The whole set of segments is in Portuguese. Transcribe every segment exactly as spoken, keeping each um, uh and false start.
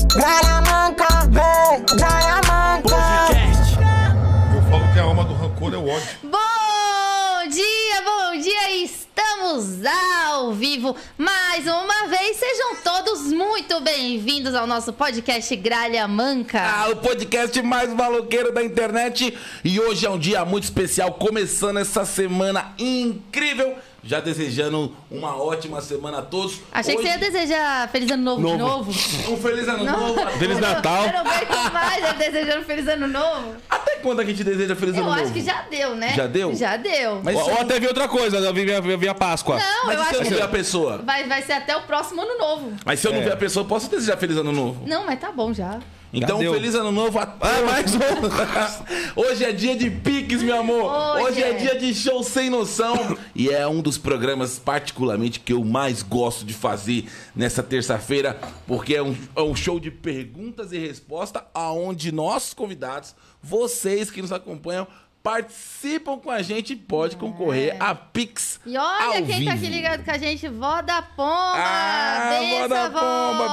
Gralha Manca, vem, Gralha Manca. Podcast. Eu falo que a alma do rancor é o ódio. Bom dia, bom dia, estamos ao vivo mais uma vez. Sejam todos muito bem-vindos ao nosso podcast Gralha Manca. Ah, o podcast mais maloqueiro da internet. E hoje é um dia muito especial, começando essa semana incrível. Já desejando uma ótima semana a todos. Achei hoje... que você ia desejar Feliz Ano Novo, Novo. de novo. Um Feliz Ano Não. Novo. Feliz Eu- Natal. Eu não aguento mais ele desejando Feliz Ano Novo. Até quando a gente deseja Feliz Eu Ano Novo? acho que já deu, né? Já deu? Já deu. Mas Ou, isso ou não- até vi outra coisa, eu vi, eu vi a Páscoa. Não, Mas eu e se acho eu não que ver a pessoa? vai, vai ser até o próximo Ano Novo. Mas se eu não É. ver a pessoa, posso desejar Feliz Ano Novo? Não, mas tá bom já. Então, deu. Feliz Ano Novo a todos. Ah, mais um. Hoje é dia de piques, meu amor. Hoje Hoje é é. dia de show sem noção. E é um dos programas, particularmente, que eu mais gosto de fazer nessa terça-feira, porque é um, é um show de perguntas e respostas, aonde nossos convidados, vocês que nos acompanham, participam com a gente e pode concorrer a Pix. E olha ao quem tá vivo. aqui ligado com a gente, vó da Pomba. Ah, benção, vó da pomba,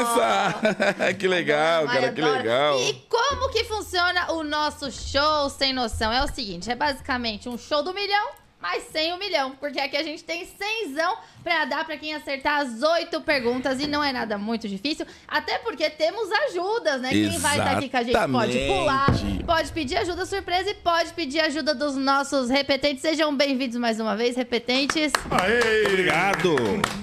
vó. benção. Que legal, Ai, cara, que adoro. legal. E como que funciona o nosso show sem noção? É o seguinte, é basicamente um show do milhão, mas sem o milhão. Porque aqui a gente tem cenzão pra dar pra quem acertar as oito perguntas. E não é nada muito difícil, até porque temos ajudas, né? Quem vai estar aqui com a gente pode pular, Exatamente. pode pedir ajuda surpresa e pode pedir ajuda dos nossos repetentes. Sejam bem-vindos mais uma vez, repetentes. Aê! Obrigado.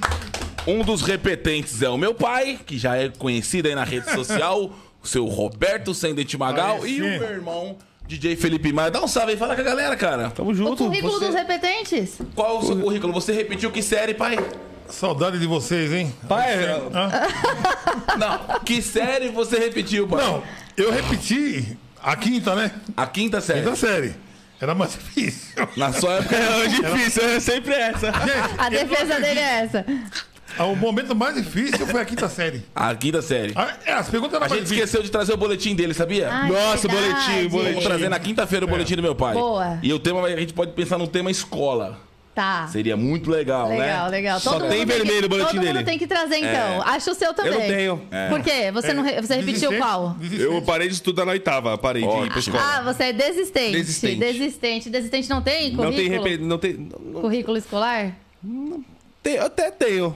Um dos repetentes é o meu pai, que já é conhecido aí na rede social, o seu Roberto Sendente Magal, Aí e o sim. meu irmão, D J Felipe Maia. Dá um salve aí, fala com a galera, cara. Tamo O junto. currículo você- dos repetentes. Qual é o seu currículo? Você repetiu que série, pai? Saudade de vocês, hein? Pai, Hã? Não, que série você repetiu, pai? Não, eu repeti a quinta, né? A quinta série. Quinta série. Era mais difícil. Na sua época... é difícil, é sempre essa. Gente, A eu defesa não dele é essa. acredito. O momento mais difícil foi a quinta série. A quinta série. Ah, é, as perguntas eram A mais gente difíceis. esqueceu de trazer o boletim dele, sabia? Ai, Nossa, verdade. boletim, boletim. Vamos trazer na quinta-feira o boletim do meu pai. Boa. E o tema, a gente pode pensar num tema escola. Tá. Seria muito legal, né? Legal, legal. Só Todo tem mundo vermelho que, o boletim Todo mundo dele. tem que trazer, então. Acho o seu também. Eu não tenho. Por quê? Você, não, re- você repetiu Desistente, qual? desistente. Eu parei de estudar na oitava, parei de ir pra escola. Ah, você é desistente. Desistente. Desistente. Desistente não tem currículo? Não tem repetido, não tem... Não, não Currículo escolar? tem, até tenho.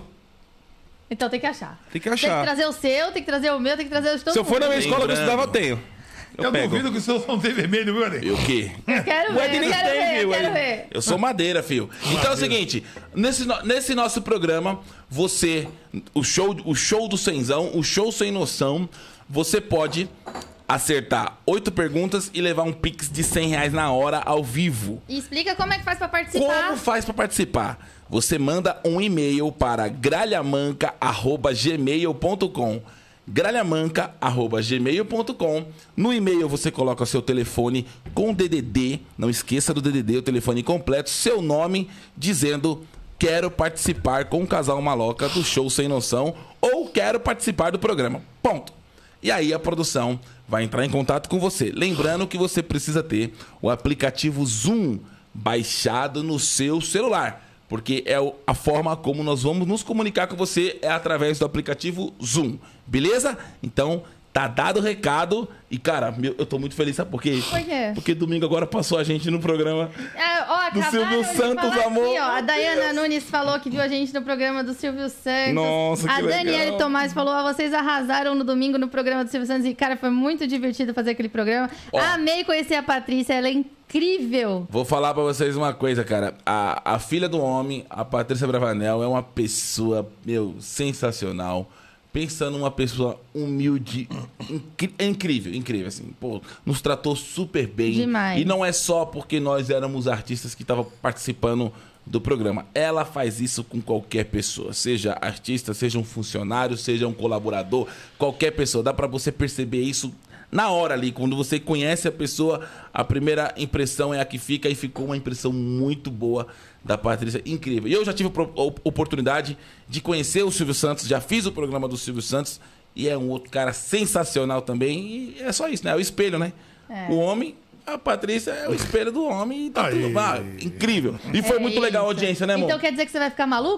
Então tem que achar. Tem que Tem que achar. trazer o seu, tem que trazer o meu, tem que trazer o de todo Se eu for na mundo. minha escola que eu Lembrando. estudava, eu tenho. Eu, Eu pego. duvido que o seu não tem vermelho, viu, Ale? E o quê? Eu quero O ver, Ed eu nem quero tem, ver, eu o quero Ed. ver. Eu sou madeira, filho. Então é o seguinte, nesse, no- nesse nosso programa, você, o show, o show do Cenzão, o show sem noção, você pode acertar oito perguntas e levar um Pix de cem reais na hora ao vivo. E explica como é que faz pra participar. Como faz para participar? Você manda um e-mail para gralhamanca arroba gmail ponto com. gralhamanca arroba gmail ponto com. No e-mail você coloca o seu telefone com D D D, não esqueça do D D D, o telefone completo, seu nome, dizendo quero participar com o Casal Maloca do Show Sem Noção ou quero participar do programa. Ponto. E aí a produção vai entrar em contato com você. Lembrando que você precisa ter o aplicativo Zoom baixado no seu celular. Porque é o- a forma como nós vamos nos comunicar com você é através do aplicativo Zoom. Beleza? Então, tá dado o recado. E, cara, meu, eu tô muito feliz, sabe por quê? Por quê? Porque domingo agora passou a gente no programa. É, ó, Do acabaram Silvio de Santos, falar amor. aqui, ó, a Dayana Nunes falou que viu a gente no programa do Silvio Santos. Nossa, que A Daniele legal. Tomás falou, ó, vocês arrasaram no domingo no programa do Silvio Santos. E, cara, foi muito divertido fazer aquele programa. Ó. Amei conhecer a Patrícia, ela é incrível. Vou falar pra vocês uma coisa, cara. A, a filha do homem, a Patrícia Bravanel, é uma pessoa, meu, sensacional. Pensa numa pessoa humilde, incri- é incrível, incrível, assim. Pô, nos tratou super bem. Demais. E não é só porque nós éramos artistas que estavam participando do programa. Ela faz isso com qualquer pessoa, seja artista, seja um funcionário, seja um colaborador, qualquer pessoa. Dá pra você perceber isso na hora ali, quando você conhece a pessoa, a primeira impressão é a que fica e ficou uma impressão muito boa da Patrícia, incrível. E eu já tive a oportunidade de conhecer o Silvio Santos, já fiz o programa do Silvio Santos e é um outro cara sensacional também. E é só isso, né? É o espelho, né? É. O homem, a Patrícia é o espelho do homem e tá Aí. tudo ah, incrível. E foi É muito legal a isso. audiência, né, amor? Então quer dizer que você vai ficar maluco?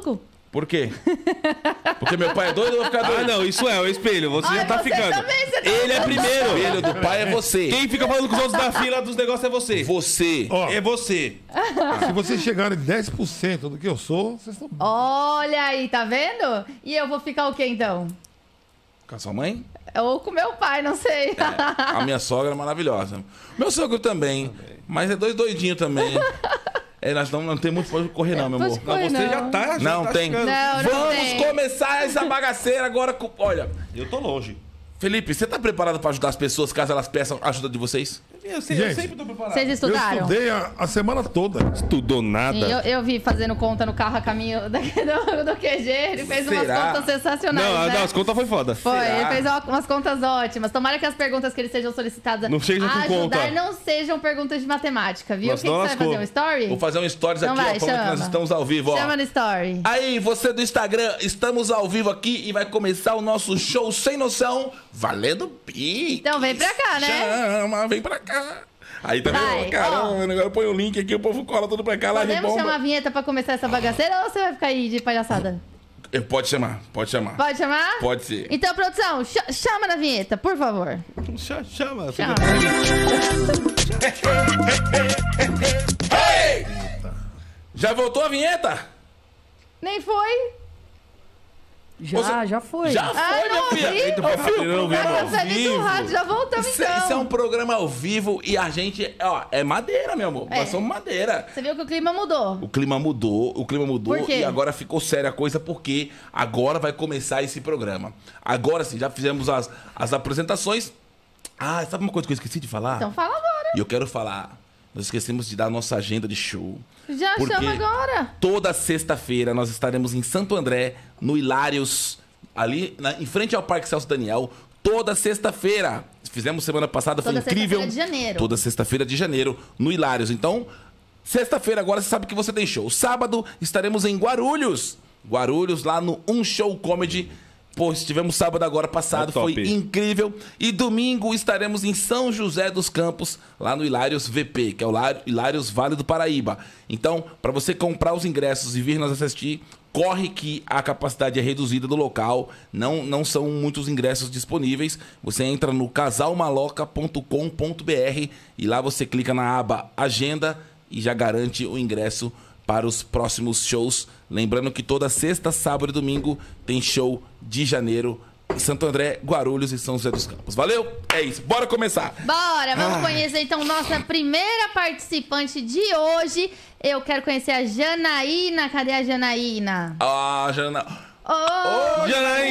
Por quê? Porque meu pai é doido ou eu vou ficar doido? Ah, não, isso é o espelho. Você Ai, já tá você ficando. também, você tá Ele é O primeiro. filho do pai é você. Quem fica falando com os outros da fila dos negócios é você. Você. Ó, É você. se vocês chegarem dez por cento do que eu sou, vocês estão. Olha aí, tá vendo? E eu vou ficar o quê, então? Com a sua mãe? Ou com meu pai, não sei. A minha sogra é maravilhosa. Meu sogro também. Mas é dois doidinhos também. É, nós não, não tem muito pra correr, não, meu Pode amor. correr. Não, você não. já tá. Já Não tá tem. chegando. Não, não Vamos tem. começar essa bagaceira agora com. Olha, Eu tô longe. Felipe, você tá preparado pra ajudar as pessoas caso elas peçam ajuda de vocês? Eu, sei, eu Gente, sempre tô preparado. Vocês Eu estudaram? estudei a, a semana toda. Estudou nada. Sim, eu, eu vi fazendo conta no carro a caminho daqui do, do Q G. Ele fez umas Será? contas sensacionais, Não, né? não, as contas foi foda. Foi, Será? ele fez uma- umas contas ótimas. Tomara que as perguntas que eles sejam solicitadas Não sejam a com ajudar conta. não sejam perguntas de matemática, viu? Nossa, Quem que não você vai lascou. fazer? Um story? Vou fazer um stories Então aqui, vai, ó, falando que nós chama. estamos ao vivo, ó. Chama no story. Aí, você do Instagram, estamos ao vivo aqui e vai começar o nosso show sem noção, valendo Pix. Então vem pra cá, né? Chama, vem pra cá. Aí tá Vai, vendo? Caramba, ó. agora põe o link aqui, o povo cola tudo pra cá, lá de Podemos bomba. chamar a vinheta pra começar essa bagaceira ou você vai ficar aí de palhaçada? Eh, Pode chamar, pode chamar. Pode chamar? Pode ser. Então, produção, ch- chama na vinheta, por favor. Chama. chama. Chama. Já voltou a vinheta? Nem foi. Já, Você- já foi. Já foi, Ah, não minha filha. ouvi. Eita, Ô, filho, Não, programa Tá ao feliz do rádio, já voltamos Isso, é- então. isso é um programa ao vivo e a gente, ó, é madeira, meu amor. É. Nós somos madeira. Você viu que o clima mudou. O clima mudou, o clima mudou Por quê? e agora ficou séria a coisa porque agora vai começar esse programa. Agora sim, já fizemos as, as apresentações. Ah, sabe uma coisa que eu esqueci de falar? Então fala agora. E eu quero falar. Nós esquecemos de dar a nossa agenda de show. Já Porque chama agora. Toda sexta-feira nós estaremos em Santo André, no Hilários, ali na- em frente ao Parque Celso Daniel. Toda sexta-feira. Fizemos semana passada, foi Toda incrível. sexta-feira de janeiro. Toda sexta-feira de janeiro, no Hilários. Então, sexta-feira agora você sabe que você tem show. Sábado estaremos em Guarulhos. Guarulhos, lá no Um Show Comedy. Pô, estivemos sábado agora passado, É top. foi incrível. E domingo estaremos em São José dos Campos, lá no Hilários V P, que é o Lá- Hilários Vale do Paraíba. Então, para você comprar os ingressos e vir nos assistir, corre que a capacidade é reduzida do local, não, não são muitos ingressos disponíveis. Você entra no casal maloca ponto com ponto b r e lá você clica na aba Agenda e já garante o ingresso para os próximos shows. Lembrando que toda sexta, sábado e domingo tem show de janeiro em Santo André, Guarulhos e São José dos Campos. Valeu? É isso. Bora começar. Bora, vamos Ah. conhecer então nossa primeira participante de hoje. Eu quero conhecer a Janaína. Cadê a Janaína? Ah, Jana... Ô,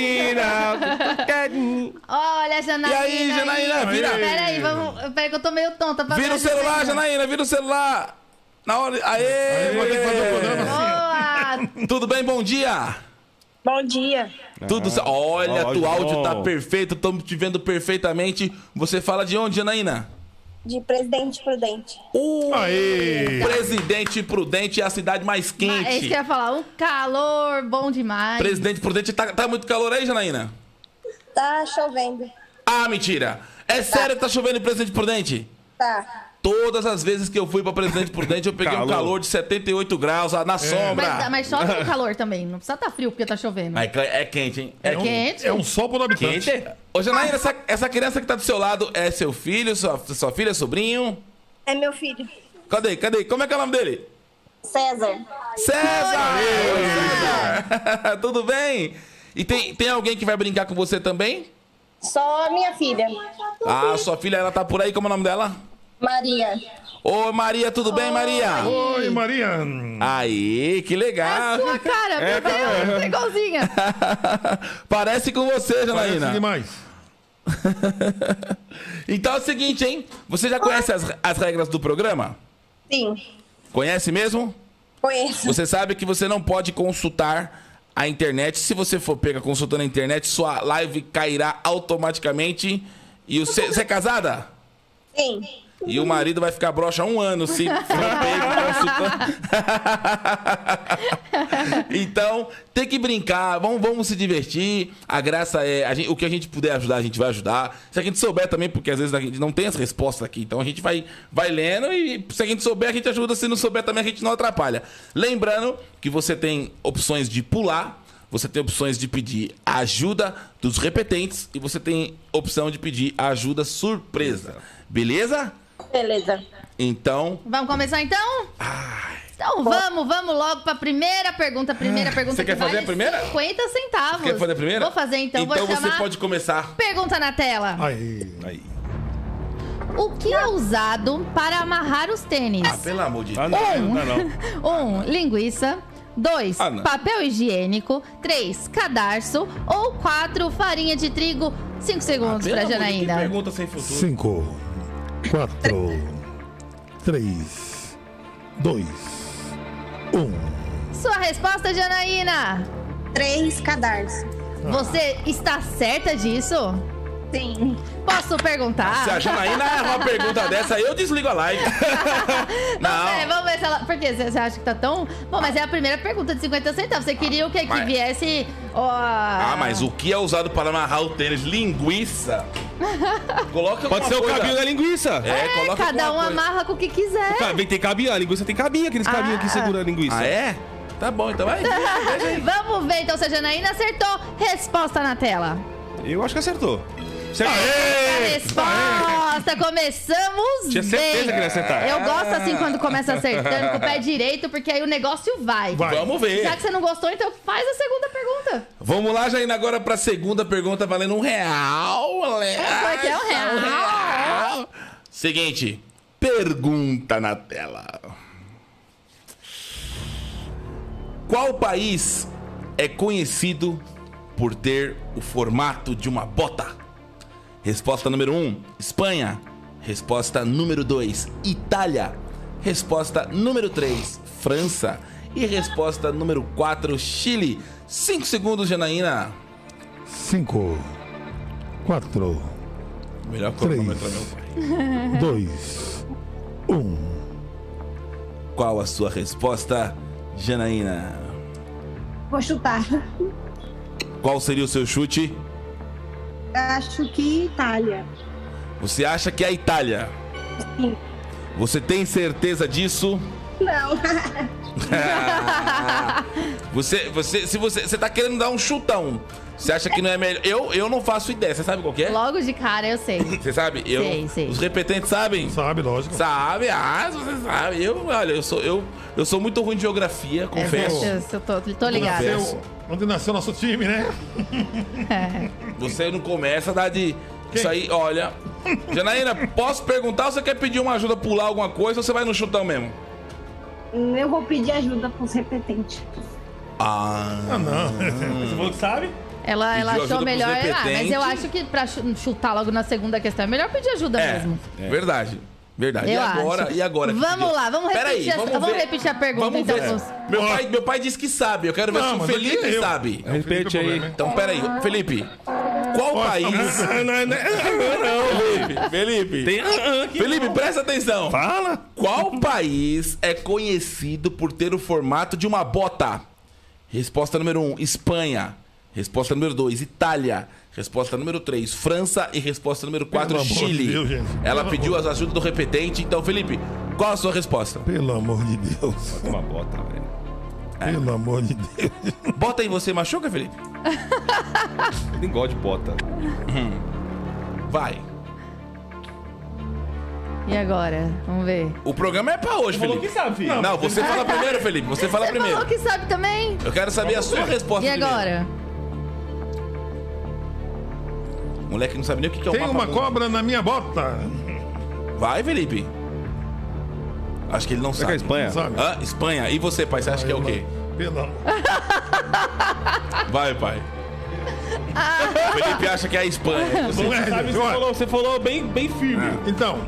Janaína! olha, Janaína. E aí, Janaína, vira. Pera aí, vamos. Pera que eu tô meio tonta pra Vira ver o a celular, Janaína. Janaína, vira o celular. Na hora... Aê! Aí vai ter que fazer o programa assim. Boa! Tudo bem? Bom dia. Bom dia. Tudo certo. Olha, Ó, teu áudio tá bom. perfeito, estamos te vendo perfeitamente. Você fala de onde, Janaína? De Presidente Prudente. Uh, Aê! Presidente Prudente é a cidade mais É isso que eu quente. ia falar. Um calor bom demais. Presidente Prudente, tá, tá muito calor aí, Janaína? Tá chovendo. Ah, mentira. É sério que tá chovendo em Presidente Prudente? Tá. Todas as vezes que eu fui pra Presidente Prudente, eu peguei um Calor. calor de setenta e oito graus ah, na sombra. Mas, mas chove no calor também. Não precisa estar frio porque tá chovendo. Mas é quente, hein? É quente? É um sol por habitante. Quente? Ô, Janaína, essa, essa criança que tá do seu lado é seu filho, sua, sua filha, sobrinho? É meu filho. Cadê? Cadê? Como é que é o nome dele? César. César! César! Tudo bem? E tem, tem alguém que vai brincar com você também? Só a minha filha. Ah, sua filha, ela tá por aí, como é o nome dela? Maria. Ô, Maria, tudo bem, Maria? Oi, Maria. Aí, que É a legal. sua cara, meu Deus, é igualzinha. Parece com você, Parece Janaína. demais. Então é o seguinte, hein? Você já conhece as, as regras do programa? Sim. Conhece mesmo? Conheço. Você sabe que você não pode consultar a internet. Se você for pega consultando a internet, sua live cairá automaticamente. E você, você é casada? Sim. E o marido vai ficar broxa um ano se for pego consultando. Então, tem que brincar, vamos, vamos se divertir. A graça é, a gente, o que a gente puder ajudar, a gente vai ajudar. Se a gente souber também, porque às vezes a gente não tem as respostas aqui. Então a gente vai, vai lendo e se a gente souber, a gente ajuda. Se não souber também, a gente não atrapalha. Lembrando que você tem opções de pular, você tem opções de pedir a ajuda dos repetentes e você tem opção de pedir a ajuda surpresa. Beleza? Beleza. Então... Vamos começar então? Então vamos, vamos logo pra primeira pergunta. Primeira pergunta Você quer que fazer vale a primeira? cinquenta centavos. Quer fazer a primeira? Vou fazer então, Então vou você chamar... pode começar. Pergunta na tela. Aí. Aí. O que é usado para amarrar os tênis? Ah, pelo amor de Ah, Deus. não, não dá não. Um, linguiça. Dois, Ah, não. papel higiênico. Três, cadarço. Ou quatro, farinha de trigo. Cinco segundos Ah, Pelo pra amor de Deus, que Janaína. pergunta sem futuro. Cinco, quatro, três, dois, um. Sua resposta, Janaína. Três cadarços. Você está certa disso? Sim. Posso perguntar? Se a Janaína erra uma pergunta dessa, eu desligo a live. Vamos ver, Não. vamos ver se ela... Por quê? Você você acha que tá tão... Bom, mas é a primeira pergunta de cinquenta centavos. Você queria o quê? Que Mas- viesse... ó, Ah, mas o que é usado para amarrar o tênis? Linguiça. Coloca Pode alguma ser o coisa. cabinho da linguiça. É, coloca Cada um alguma coisa. amarra com o que quiser. Ca- Vem, tem cabinho, a linguiça tem cabinho, aqueles cabinhos que Ah. segura a linguiça. Ah, é? Tá bom, então vai. Vamos ver, então, se a Janaína acertou. Resposta na tela. Eu acho que acertou. Certo? A resposta, começamos Tinha certeza bem. que ele ia acertar. Eu gosto assim quando começa acertando com o pé direito, porque aí o negócio vai. Vai. Vamos ver. Já que você não gostou, então faz a segunda pergunta. Vamos lá, Janaína, agora pra segunda pergunta valendo um real. Como é que é um real? Um real. Seguinte, pergunta na tela. Qual país é conhecido por ter o formato de uma bota? Resposta número um, Espanha. Resposta número dois, Itália. Resposta número três, França. E resposta número quatro, Chile. Cinco segundos, Janaína. Cinco, quatro, Melhor Três. cronômetro, meu pai. dois, um. Qual a sua resposta, Janaína? Vou chutar. Qual seria o seu chute? Acho que Itália. Você acha que é a Itália? Sim. Você tem certeza disso? Não. Você, você, se você, você tá querendo dar um chutão. Você acha que não é melhor? Eu, eu não faço ideia. Você sabe qual que é? Logo de cara, eu sei. Você sabe? Eu, Sei, sei. Os repetentes sabem? Sabe, lógico. Sabe? Ah, você sabe. Eu, olha, eu sou, eu, eu sou muito ruim de geografia, confesso. Eu, eu tô, tô ligada. Confesso. Onde nasceu nosso time, né? Você não começa a dar de... Isso aí, olha... Janaína, posso perguntar ou você quer pedir uma ajuda, pular alguma coisa ou você vai no chutão mesmo? Eu vou pedir ajuda pros repetentes. Ah... Ah, não. Você falou que sabe? Ela, ela Pediu achou ajuda melhor. pros Ah, mas repetentes. eu acho que pra chu- chutar logo na segunda questão é melhor pedir ajuda É, mesmo. verdade. Verdade. Eu e agora? acho. E agora? que Vamos pediu? lá, vamos Pera repetir, aí, a, vamos ver. repetir a pergunta, Vamos então. ver. vamos- Meu pai, meu pai disse que sabe. Eu quero ver Não, se o mas aqui Felipe é eu. sabe. É o Felipe Repete o aí. problema, hein? Então, pera aí. Felipe, qual Ó, país... essa Não, não, não. Felipe, Felipe. Tem ah, ah, aqui. Felipe, presta atenção. Fala. Qual país é conhecido por ter o formato de uma bota? Resposta número um, Espanha. Resposta número dois, Itália. Resposta número três, França. E resposta número quatro, Pelo amor Chile. de Deus, gente. Ela Pelo pediu amor. as ajudas do repetente. Então, Felipe, qual a sua resposta? Pelo amor de Deus. Uma bota, velho. Pelo amor de Deus. Bota aí você, machuca, Felipe? Nem gosta de bota. Vai. E agora? Vamos ver. O programa é pra hoje, Falou que Felipe. sabe, filho. Não, você fala primeiro, Felipe. Você fala Você primeiro. falou que sabe também? Eu quero saber a sua resposta E primeiro. agora? Moleque não sabe nem o que que é um Tem mapa uma mundo. cobra na minha bota. Vai, Felipe. Acho que ele não Será que é sabe. Espanha? Sabe? Hã? Espanha. E você, pai? Você acha que é o quê? Pelo amor. Vai, pai. O Felipe acha que é a Espanha. Você- Não é, Sabe, gente, você olha. falou, você falou bem, bem firme. Então.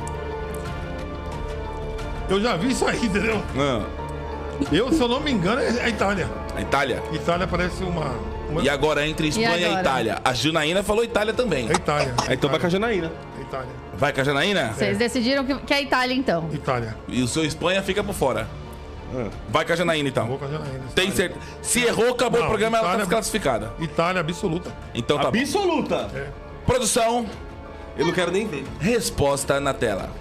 Eu já vi isso aí, entendeu? Ah, Eu, se eu não me engano, é a Itália. a Itália. Itália parece uma. uma... E agora, entre Espanha e, agora? Itália? A Janaína falou Itália também. É Itália. Ah, então vai com a Janaína. Itália. Vai com a Janaína? Vocês decidiram que, que é a Itália, então. Itália. E o seu Espanha fica por fora. Vai com a Janaína, então. Vou com a Janaína. Tem Itália. certeza. Se errou, acabou Não, o programa, ela tá Itália- desclassificada. Itália absoluta. Então tá bom. Absoluta. Produção, Eu não quero nem ver. resposta na tela.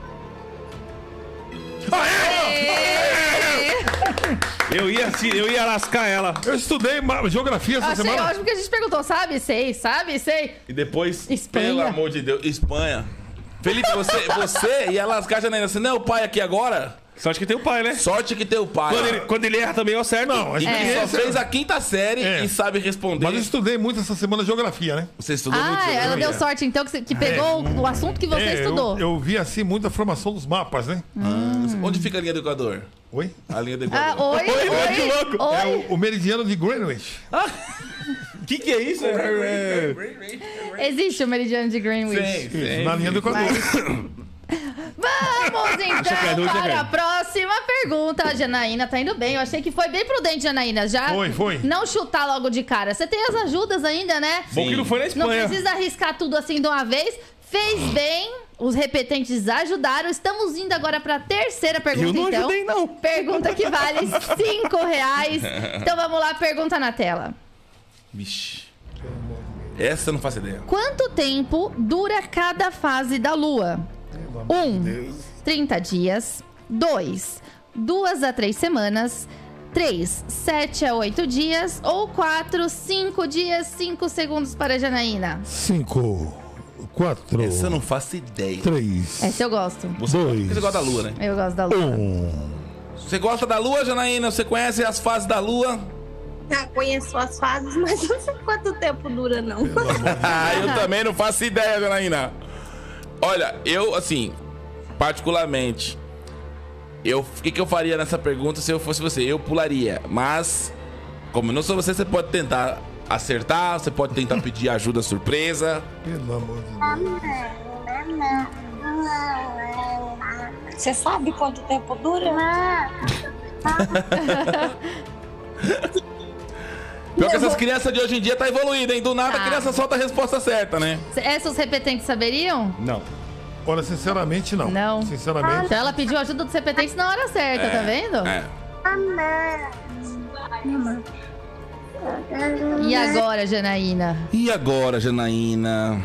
Eu ia, assim, eu ia lascar ela. Eu estudei ma- geografia essa Achei semana. ótimo que a gente perguntou, sabe? Sei, sabe? Sei. E depois, Espanha. pelo amor de Deus, Espanha. Felipe, você, você ia lascar a Janaína. Você não é o pai aqui agora? Só acho que tem o pai, né? Sorte que tem o pai. Quando ele, quando ele erra também, eu acerto. Não, a E gente que só fez a quinta série É. e sabe responder. Mas eu estudei muito essa semana geografia, né? Você estudou muito Ah, ela geografia. deu sorte, então, que, você- que pegou o assunto que você É, estudou. Eu, eu vi assim muito a formação dos mapas, né? Onde fica a linha do Equador? Oi? A linha do Ah, Equador. oi, oi, Oi, que louco. oi. É o, o meridiano de Greenwich. O que que é isso? É... Existe o meridiano de Greenwich. Sim, sim. Isso, na linha do Equador. Vamos então que é doido, para né, a próxima pergunta. A Janaína tá indo bem. Eu achei que foi bem prudente, Janaína. Já Foi, foi. não chutar logo de cara. Você tem as ajudas ainda, né? Bom que não foi na Não Espanha. precisa arriscar tudo assim de uma vez. Fez bem. Os repetentes ajudaram. Estamos indo agora para a terceira pergunta, Eu não então. ajudei, não. Pergunta que vale cinco reais. Então vamos lá, pergunta na tela. Vixe. Essa eu não faço ideia. Quanto tempo dura cada fase da Lua? Um, trinta dias. Dois, duas a três semanas. Três, sete a oito dias. Ou quatro, cinco dias, cinco segundos para a Janaína. Cinco, quatro, Essa eu não faço ideia. três, Essa eu gosto. Você, dois, você gosta da Lua, né? Eu gosto da Lua. um. Você gosta da Lua, Janaína? Você conhece as fases da Lua? Ah, conheço as fases, mas não sei quanto tempo dura, não. Ah, eu também não faço ideia, Janaína. Olha, eu, assim, particularmente, eu, o que, que eu faria nessa pergunta se eu fosse você? Eu pularia, mas, como eu não sou você, você pode tentar acertar, você pode tentar pedir ajuda surpresa. Pelo amor de Deus. Você sabe quanto tempo dura? Pior que essas crianças de hoje em dia tá evoluída, hein? Do nada Tá. a criança solta a resposta certa, né? Essas repetentes saberiam? Não. Olha, sinceramente, não. Não. Sinceramente. Então ela pediu ajuda dos repetentes na hora certa, tá vendo? É. E agora, Janaína? E agora, Janaína?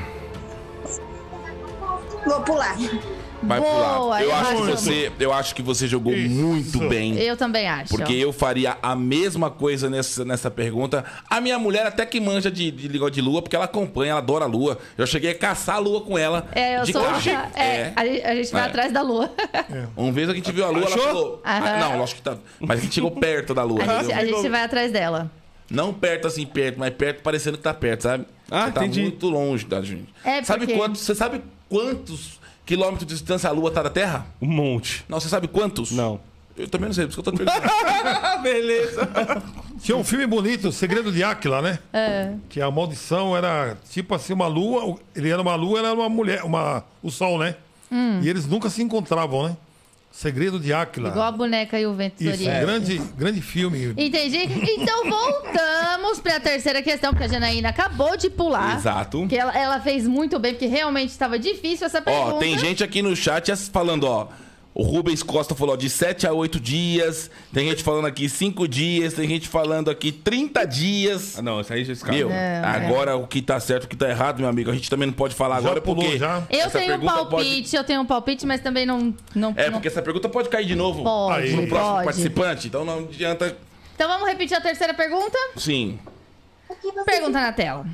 Vou pular. Vai Boa, pular. Eu eu acho, que acho- você, eu acho que você jogou Isso. muito bem. Eu também acho. Porque eu faria a mesma coisa nessa, nessa pergunta. A minha mulher até que manja de, de negócio de lua, porque ela acompanha, ela adora a lua. Eu cheguei a caçar a lua com ela. É, eu de sou. carro. É, a gente- a gente vai É. atrás da lua. Uma vez a gente viu a lua, Achou? ela falou. Ah, Aham. não, lógico que tá. Mas a gente chegou perto da lua. A gente, entendeu? a gente vai atrás dela. Não perto assim, perto, mas perto parecendo que tá perto, sabe? Ah, Você tá entendi. muito longe da gente. É, sabe porque- quantos? Você sabe quantos quilômetros de distância a lua tá da Terra? Um monte. Não, você sabe quantos? Não. Eu também não sei, por isso que eu tô te perguntando. Beleza. Tinha um filme bonito, O Segredo de Áquila, né? É. Que a maldição era tipo assim, uma lua. Ele era uma lua, ela era uma mulher, uma, o sol, né? Hum. E eles nunca se encontravam, né? Segredo de Áquila. Igual a boneca e o vento do Isso, Oriente. grande, grande filme. Entendi. Então voltamos para a terceira questão, porque a Janaína acabou de pular. Exato. Que ela, ela fez muito bem, porque realmente estava difícil essa pergunta. Ó, tem gente aqui no chat falando, ó. O Rubens Costa falou ó, de sete a oito dias. Tem gente falando aqui cinco dias. Tem gente falando aqui trinta dias. Ah, não, isso aí já escapa. Meu, é. agora o que tá certo, o que tá errado, meu amigo, a gente também não pode falar Já agora pulou, porque. já? Eu essa tenho um pergunta palpite, pode- eu tenho um palpite, mas também não. não É, não porque essa pergunta pode cair de novo pode. Aí. no próximo pode. participante. Então não adianta. Então vamos repetir a terceira pergunta? Sim. Pergunta na tela.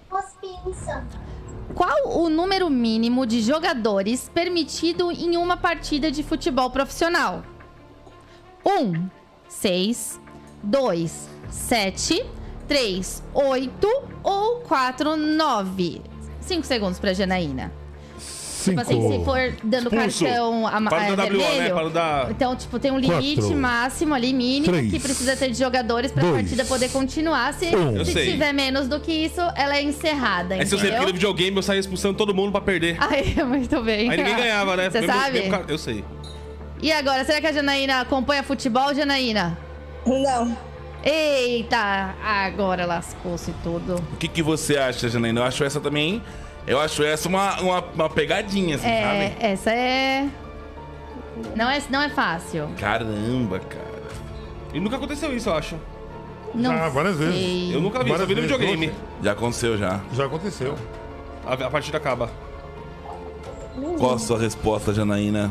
Qual o número mínimo de jogadores permitido em uma partida de futebol profissional? um, seis, dois, sete, três, oito ou quatro, nove? cinco segundos pra Janaína. Cinco. Tipo assim, se for dando Expulso. cartão ama- Para é, o W O, né? vermelho... Para o da... Então, tipo, tem um limite Quatro, máximo ali, mínimo, três, que precisa ter de jogadores pra dois, partida poder continuar. Se, um. Eu se sei. tiver menos do que isso, ela é encerrada, Aí se eu entendeu? sempre no videogame, eu saía expulsando todo mundo pra perder. Ai, muito bem. Aí ninguém ganhava, né? Você Mesmo- sabe? mesmo ca- Eu sei. E agora, será que a Janaína acompanha futebol, Janaína? Não. Eita, agora lascou-se tudo. O que, que você acha, Janaína? Eu acho essa também. Eu acho essa uma, uma, uma pegadinha, assim, É, sabe? essa é... Não é, não é fácil. Caramba, cara. E nunca aconteceu isso, eu acho. Não Já, várias vezes. sei. Eu nunca vi, só Várias vi no vezes, videogame. Já aconteceu já. Já aconteceu. A, a partida acaba. Qual a sua resposta, Janaína?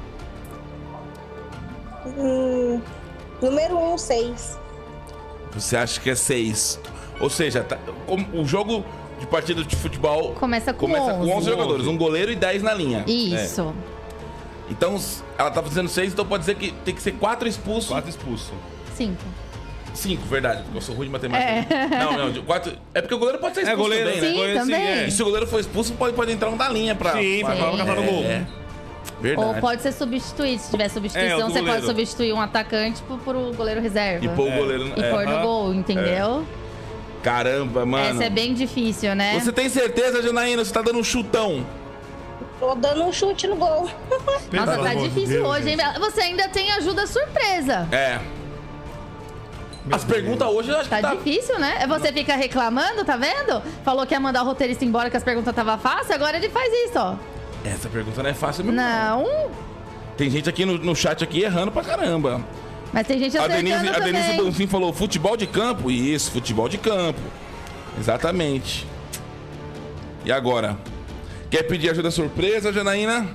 Hum, número um, seis. Você acha que é seis? Ou seja, tá- como o jogo de partida de futebol Começa com começa com onze. onze jogadores, um goleiro e dez na linha. Isso. Então, s- ela tá fazendo seis, então pode dizer que tem que ser quatro expulsos. Quatro expulsos. Cinco. Cinco, verdade, porque eu sou ruim de matemática. Não, não, de quatro. É porque o goleiro pode ser É, expulso goleiro, também, né? Sim, goleiro, também. é. E se o goleiro for expulso, pode, pode entrar um da linha pra. Sim, pra pra- falar no gol. É, verdade. Ou pode ser substituído. Se tiver É, substituição, o do você pode goleiro. substituir um atacante por, por o goleiro reserva. E pôr É. o goleiro. E é. pôr no Ah, gol, entendeu? Caramba, mano. Essa é bem difícil, né? Você tem certeza, Janaína? Você tá dando um chutão? Tô dando um chute no gol. Nossa, Pelo tá amor de difícil Deus, hoje, hein? gente. Você ainda tem ajuda surpresa. É. Meu As Deus. perguntas hoje eu acho Tá que tá. difícil, né? Você fica reclamando, tá vendo? Falou que ia mandar o roteirista embora, que as perguntas tava fácil, agora ele faz isso, ó. Essa pergunta não é fácil mesmo. Não, Tem gente aqui no, no chat aqui errando pra caramba. mas tem gente A acertando Denise, a também. Denise Bonfim falou futebol de campo. Isso, futebol de campo. Exatamente. E agora? Quer pedir ajuda surpresa, Janaína?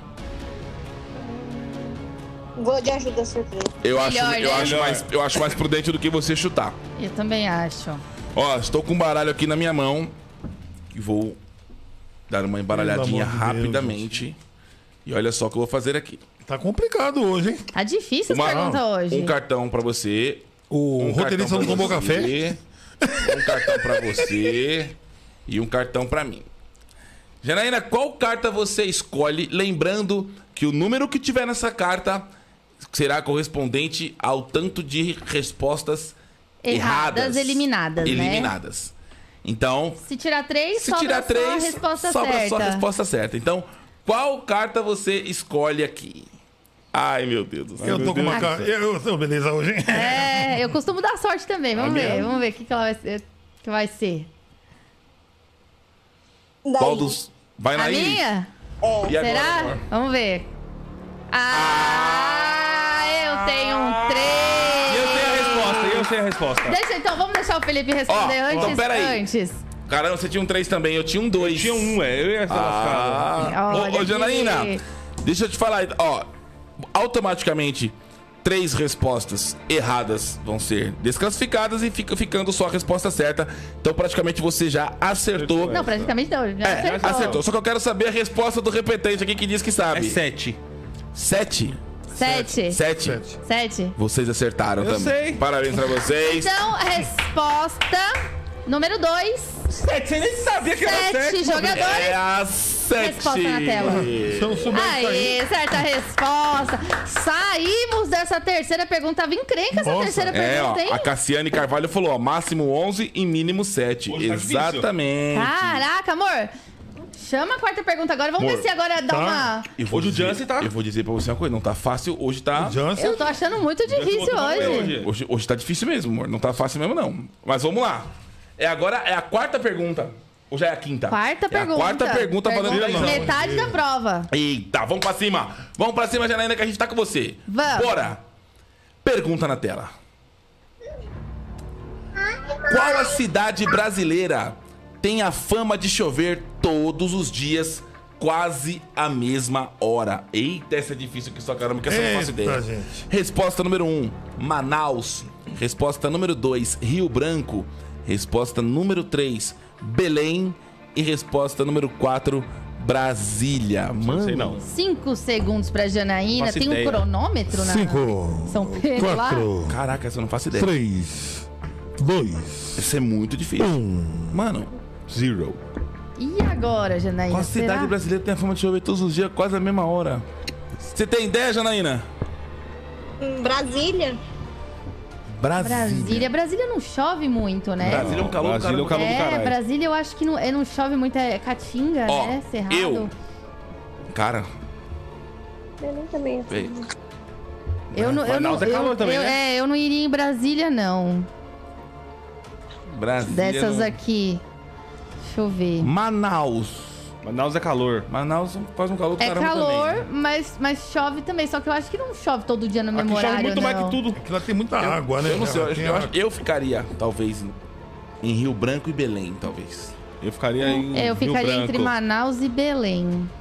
Vou de ajuda surpresa. Eu, Melhor, acho, eu, né? acho mais, eu acho mais prudente do que você chutar. Eu também acho. Ó, estou com um baralho aqui na minha mão. E vou dar uma embaralhadinha Pelo amor de Deus, rapidamente. E olha só o que eu vou fazer aqui. Tá complicado hoje, hein? Tá difícil as Uma- perguntas hoje. Um cartão pra você. O Um roteirista cartão não pra tomou café. você, Um cartão pra você. E um cartão pra mim. Janaína, qual carta você escolhe? Lembrando que o número que tiver nessa carta será correspondente ao tanto de respostas Erradas, erradas. eliminadas, né? Eliminadas. Então, Se tirar três, se sobra tirar só três, a resposta sobra certa. só a resposta certa. Então, qual carta você escolhe aqui? Ai, meu Deus do céu. Eu tô com uma cara. Eu, eu tô beleza hoje, hein? É, eu costumo dar sorte também. Vamos A ver, minha- vamos ver o que, que ela vai ser. Que vai ser. Daí, Qual dos... Vai na A Iris? minha? E agora, Será? amor? Vamos ver. Ah, eu tenho um E três. eu sei a resposta, e eu sei a resposta. Deixa então, vamos deixar o Felipe responder Ó, antes. então, peraí. Antes. Caramba, você tinha um três também, eu tinha um dois. Tinha um, é. Eu ia ser lascado. Ah, Olha ô, ô, Janaína, aqui. deixa eu te falar, ó, automaticamente três respostas erradas vão ser desclassificadas e fica ficando só a resposta certa. Então praticamente você já acertou. Não, praticamente não. Já É, acertou. acertou. Só que eu quero saber a resposta do repetente aqui que diz que É sabe. sete. Sete. Sete. Sete. Sete. Sete. Vocês acertaram Eu também. sei. Parabéns pra vocês. Então, a resposta número dois. Sete, você nem sabia que era Sete sete. jogadores. É a sete. Resposta na tela. Se eu não souber isso aí. Aí, certa resposta. Saímos dessa terceira pergunta. Tava encrenca essa Nossa. terceira É, ó, pergunta, hein? a Cassiane Carvalho falou, ó, máximo onze e mínimo sete. Hoje tá difícil. Exatamente. Caraca, amor. Chama a quarta pergunta agora. Vamos Amor, ver se agora dá tá. uma... Eu vou Hoje o dizer- Jansen tá- Eu vou dizer pra você uma coisa, não tá fácil, hoje tá... Jansen. Eu tô achando muito difícil botou uma hoje. hoje. Hoje, hoje tá difícil mesmo, amor. Não tá fácil mesmo, não. Mas vamos lá. É agora, é a quarta pergunta. Ou já é a quinta? Quarta é pergunta. A quarta pergunta, valendo Pergunta- dezão. Metade da prova. Eita, vamos pra cima. Vamos pra cima, Janaína, que a gente tá com você. Vamos. Bora. Pergunta na tela. Qual a cidade brasileira tem a fama de chover todos os dias, quase a mesma hora? Eita, essa é difícil que só caramba, que essa eu não faço Eita, ideia. gente. Resposta número um, Manaus. Resposta número dois, Rio Branco. Resposta número três, Belém. E resposta número quatro, Brasília. Mano, sei não. Cinco segundos pra Janaína. Faço Tem um ideia. cronômetro na Cinco, São Pedro lá? quatro, Caraca, essa eu não faço ideia. três, dois, Isso é muito difícil. um. Mano, Zero. E agora, Janaína? qual cidade será? brasileira tem a fama de chover todos os dias, quase a mesma hora? Você tem ideia, Janaína? Hum, Brasília. Brasília. Brasília. Brasília não chove muito, né? Brasília é um calor, Brasília é um cara. calor do É, caralho. Brasília eu acho que não, é, não chove muito, é Caatinga, Ó, né? Cerrado. eu- Cara, Belém também. vê. Eu não, eu não, Manaus é calor eu, também, eu- né? é, eu não iria em Brasília, não. Brasília. Dessas não- aqui. Deixa eu ver. Manaus. Manaus é calor. Manaus faz um calor do É caramba calor, também. mas, mas chove também. Só que eu acho que não chove todo dia no Aqui mesmo chove horário, muito mais não. que tudo. Porque lá tem muita água, né? Eu não sei, eu, Ela acho- tem eu, a- acho- eu ficaria, talvez, em Rio Branco e Belém, talvez. Eu ficaria em É, eu Rio ficaria Branco. entre Manaus e Belém.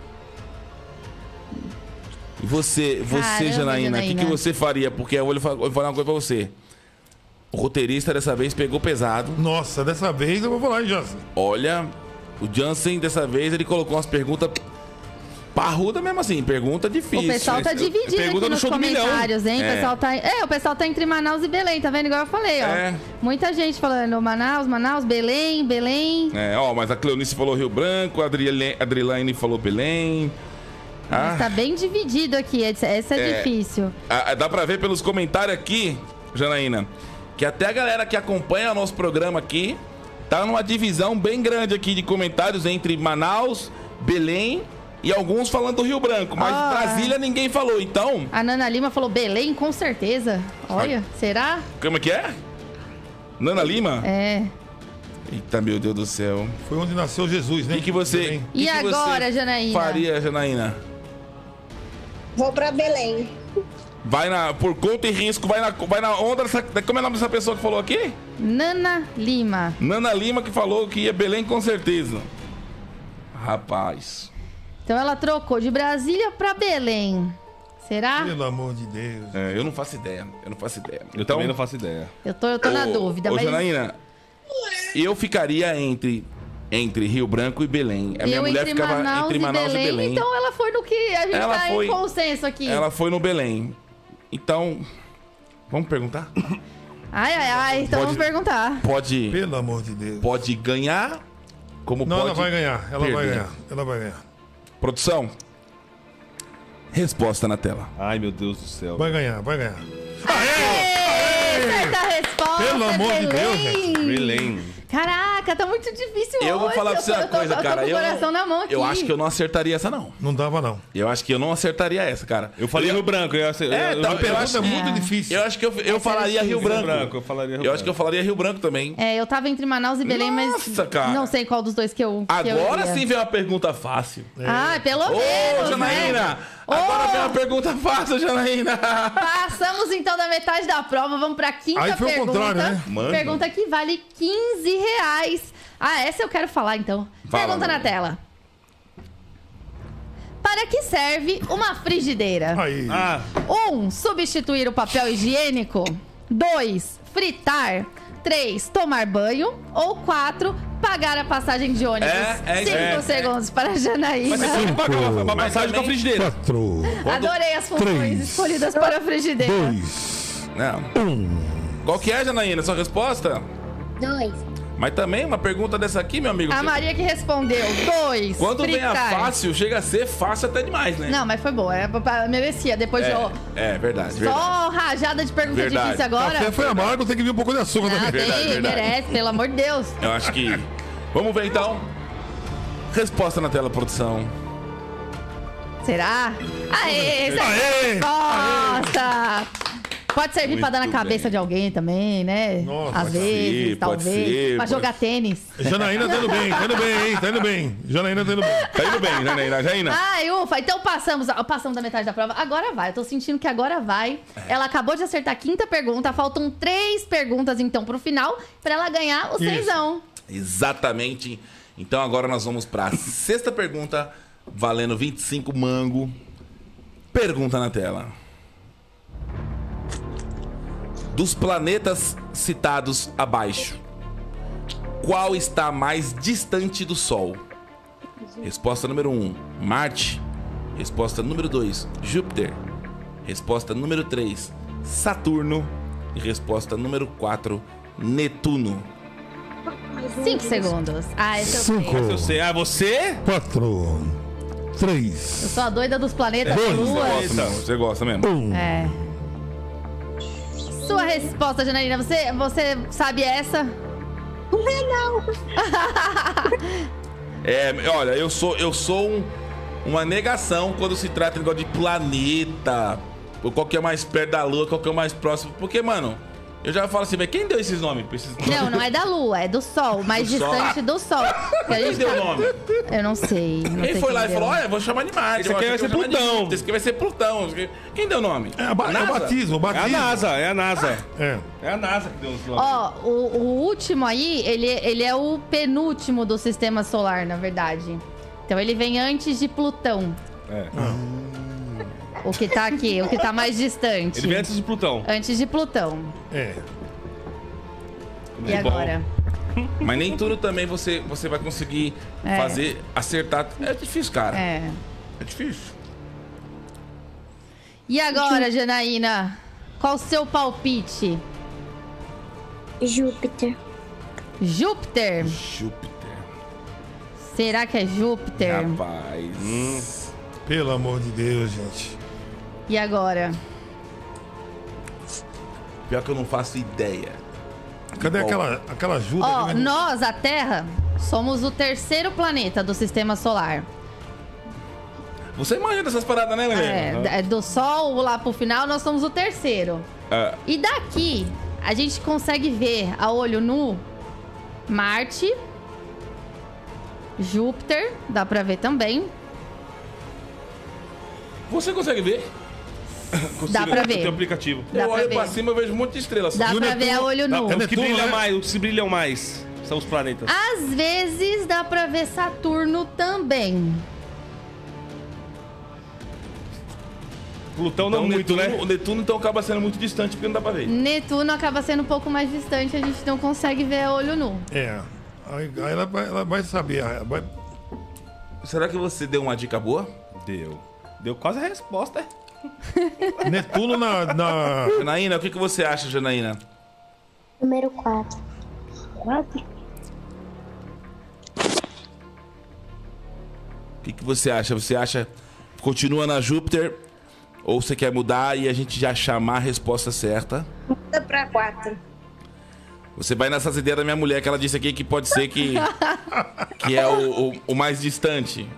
E você, você Caramba, Janaína, o que, que Janaína. você faria? Porque eu vou fa- vou falar uma coisa pra você. O roteirista dessa vez pegou pesado. Nossa, dessa vez eu vou falar, hein, Jansen? Olha, o Jansen, dessa vez, ele colocou umas perguntas parrudas mesmo assim, pergunta difícil. O pessoal tá Esse- dividido pergunta aqui do nos show do milhão. comentários, hein? O É. pessoal tá, é, o pessoal tá entre Manaus e Belém, tá vendo? Igual eu falei, ó. É. Muita gente falando Manaus, Manaus, Belém, Belém. É, ó, mas a Cleonice falou Rio Branco, a Adriele- Adrilaine falou Belém. Ah, Tá bem dividido aqui, essa essa é, É. difícil. ah, dá pra ver pelos comentários aqui, Janaína, que até a galera que acompanha o nosso programa aqui tá numa divisão bem grande aqui de comentários entre Manaus, Belém e alguns falando do Rio Branco, mas Ah. Brasília ninguém falou. Então, A Nana Lima falou Belém, com certeza. Olha, será? como é que é? Nana Lima? É. Eita, meu Deus do céu. Foi onde nasceu Jesus, O né? que, que você. Também. que E que você agora, Janaína? Faria, Janaína? Vou pra Belém. Vai na. Por conta e risco, vai na, vai na onda dessa. Como é o nome dessa pessoa que falou aqui? Nana Lima. Nana Lima, que falou que ia Belém com certeza. Rapaz. Então ela trocou de Brasília pra Belém. Será? Pelo amor de Deus. É, eu não faço ideia. Eu não faço ideia. Eu também não faço ideia. Eu tô, eu tô na Ô, dúvida, ô, mas Janaína, eu ficaria entre, entre Rio Branco e Belém. A minha eu mulher entre ficava Manaus, entre Manaus e, Belém, e Belém. Então ela foi no que a gente Ela tá foi- em consenso aqui. Ela foi no Belém. Então, vamos perguntar? Ai, ai, ai. Então Pode- vamos perguntar. Pode, Pelo amor de Deus. pode ganhar, como Não, pode ela vai ganhar. Ela vai perder. ganhar. Ela vai ganhar. Produção, resposta na tela. Ai, meu Deus do céu. Vai ganhar, vai ganhar. Aê, certa resposta. Pelo amor de Belém. Deus, gente. Belém. Caraca, tá muito difícil Eu vou hoje. falar pra você tô- uma eu tô- coisa, eu tô cara. com o Eu, coração na mão aqui. eu acho que eu não acertaria essa, não. Não dava, não. Eu acho que eu não acertaria essa, cara. Eu falei Rio Branco. Eu, eu, É, eu, tá, eu, eu acho- É muito difícil. Eu acho que eu, eu falaria Rio Rio Branco. Branco, eu falaria Rio Eu acho que eu falaria Rio Branco também. É, eu tava entre Manaus e Belém, Nossa, mas cara. não sei qual dos dois que eu que eu Agora iria. sim vem uma pergunta fácil. Ah, pelo Ô, menos, Janaína! né? Agora Ô! vem uma pergunta fácil, Janaína! Passamos então da metade da prova, vamos pra quinta Aí foi o pergunta. contrário, né? Mano. Pergunta que vale quinze reais. Ah, essa eu quero falar então. Fala, Pergunta na mano. tela. Para que serve uma frigideira? Aí. Ah, um. Substituir o papel higiênico. dois. Fritar. três. Tomar banho. Ou quatro. Pagar a passagem de ônibus. É, é, cinco é, segundos para a Janaína. mas você tem que pagar uma, uma Mas passagem com a também- frigideira. Quatro, Adorei as funções Três. escolhidas para a frigideira. dois, Não. um. Qual que é, Janaína? Sua resposta? Dois. Mas também uma pergunta dessa aqui, meu amigo. A você- Maria que respondeu. dois. Quando vem a fritar. fácil, chega a ser fácil até demais, né? Não, mas foi boa. É, merecia. Depois de ó, É, é verdade, verdade. só rajada de pergunta Verdade. difícil agora. Café foi amargo, tem que vir um pouco de açúcar Ah, também. tem, Verdade, verdade. merece, pelo amor de Deus. Eu acho que. Vamos ver então. Resposta na tela, produção. Será? Aê, essa Aê! Nossa! Pode servir pra dar na Muito cabeça bem. de alguém também, né? Nossa, Às pode vezes, ser, pode talvez. ser, pra pode jogar tênis. Janaína tá indo bem, tá indo bem, hein? Tá indo bem. Janaína tá indo bem. Tá indo bem, Janaína? Janaína? Ai, ufa, então passamos, passamos da metade da prova. Agora vai, eu tô sentindo que agora vai. Ela acabou de acertar a quinta pergunta, faltam três perguntas então pro final, pra ela ganhar o Isso. cenzão. Exatamente. Então agora nós vamos pra sexta pergunta, valendo vinte e cinco mango. Pergunta na tela. Dos planetas citados abaixo, qual está mais distante do Sol? Resposta número um, Marte. Resposta número dois, Júpiter. Resposta número três, Saturno. E resposta número quatro, Netuno. Cinco segundos. Ah, esse eu sei. Cinco, Eu sei. Ah, você? quatro, três, Eu sou a doida dos planetas, Dois. Você lua. gosta, não? Você gosta mesmo? um. É. Sua resposta, Janaína, você, você sabe essa? É, olha, eu sou, eu sou um- uma negação quando se trata de negócio de planeta. Ou qual que é mais perto da Lua, qual que é o mais próximo. Porque, mano, Eu já falo assim, mas quem deu esses nomes pra esses nomes? Não, não é da Lua, é do Sol, mais Do Sol. distante do Sol. Que a Quem gente deu tá- o nome? Eu não sei. Não Quem sei foi lá e deu. falou, olha, vou chamar de Marte. Esse eu aqui acho vai que eu ser vou chamar de Plutão. Júpiter, Esse aqui vai ser Plutão. Quem deu o nome? É, a ba- é o NASA? batismo, o É a batismo. NASA, é a NASA. É. É a NASA que deu os nomes. Ó, o, o último aí, ele, ele é o penúltimo do sistema solar, na verdade. Então ele vem antes de Plutão. É. O que tá aqui, o que tá mais distante. Ele vem antes de Plutão. Antes de Plutão. É. E agora? Mas nem tudo também você, você vai conseguir É. fazer, acertar. É difícil, cara. É. É difícil. E agora, Janaína? Qual o seu palpite? Júpiter. Júpiter? Júpiter. Será que é Júpiter? Rapaz. Pelo amor de Deus, gente. E agora? Pior que eu não faço ideia. Cadê Bom. aquela, aquela ajuda? Ó, ali, né? nós, a Terra, somos o terceiro planeta do sistema solar. Você imagina dessas paradas, né, Lelê? É, do Sol lá pro final, nós somos o terceiro. É. E daqui, a gente consegue ver a olho nu Marte, Júpiter, dá pra ver também. Você consegue ver? Dá pra ver. Tem aplicativo. Dá eu pra olho ver. pra cima e vejo um monte de estrelas. Dá E o pra ver a Netuno- olho Dá- nu. é Os que Netuno, brilham né? mais, os que brilham mais são os planetas. Às vezes dá pra ver Saturno também. Plutão não Então, o muito, Netuno, né? o Netuno então acaba sendo muito distante porque não dá pra ver. Netuno acaba sendo um pouco mais distante, a gente não consegue ver a olho nu. É. Aí, aí ela, vai, ela vai saber. ela vai- Será que você deu uma dica boa? Deu. Deu quase a resposta. Netuno na. na... Janaína, o que, que você acha, Janaína? Número quatro. Quatro? O que, que você acha? Você acha continua na Júpiter ou você quer mudar e a gente já chamar a resposta certa? Muda pra quatro. Você vai nessas ideias da minha mulher que ela disse aqui que pode ser que, que é o, o, o mais distante.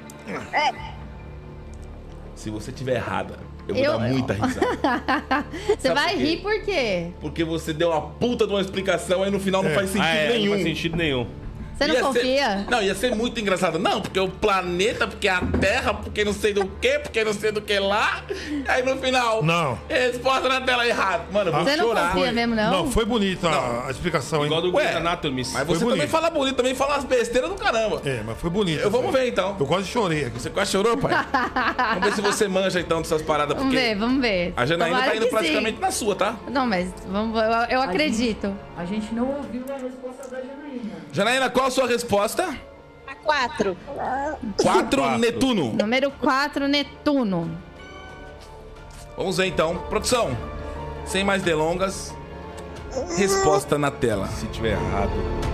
Se você tiver errada, eu vou Eu- dar muita risada. Você Sabe vai por quê? rir por quê? Porque você deu uma puta de uma explicação aí no final não faz sentido Ah, é, nenhum. não faz sentido nenhum. Você não Ia confia? Ser, não, ia ser muito engraçado. Não, porque o planeta, porque a Terra, porque não sei do que, porque não sei do que lá. Aí no final, Não. resposta na tela errada. Mano, eu vou Você não chorar. confia mesmo, não? Não, foi bonita a, a explicação, hein? Igual do Ué, Grey's Anatomy. Mas Foi você também bonito. fala bonito, também fala as besteiras do caramba. É, mas foi bonita. Eu, vamos ver então. Eu quase chorei aqui. Você quase chorou, pai? Vamos ver se você manja então dessas paradas, Vamos porque ver, vamos ver. a Janaína Tomara tá indo que praticamente sim. na sua, tá? Não, mas vamos, eu, eu acredito. A gente não ouviu a resposta da Janaína. Janaína, qual a sua resposta? A quatro. Quatro, Netuno. Número quatro, Netuno. Vamos ver então. Produção, sem mais delongas, resposta na tela. Se tiver errado.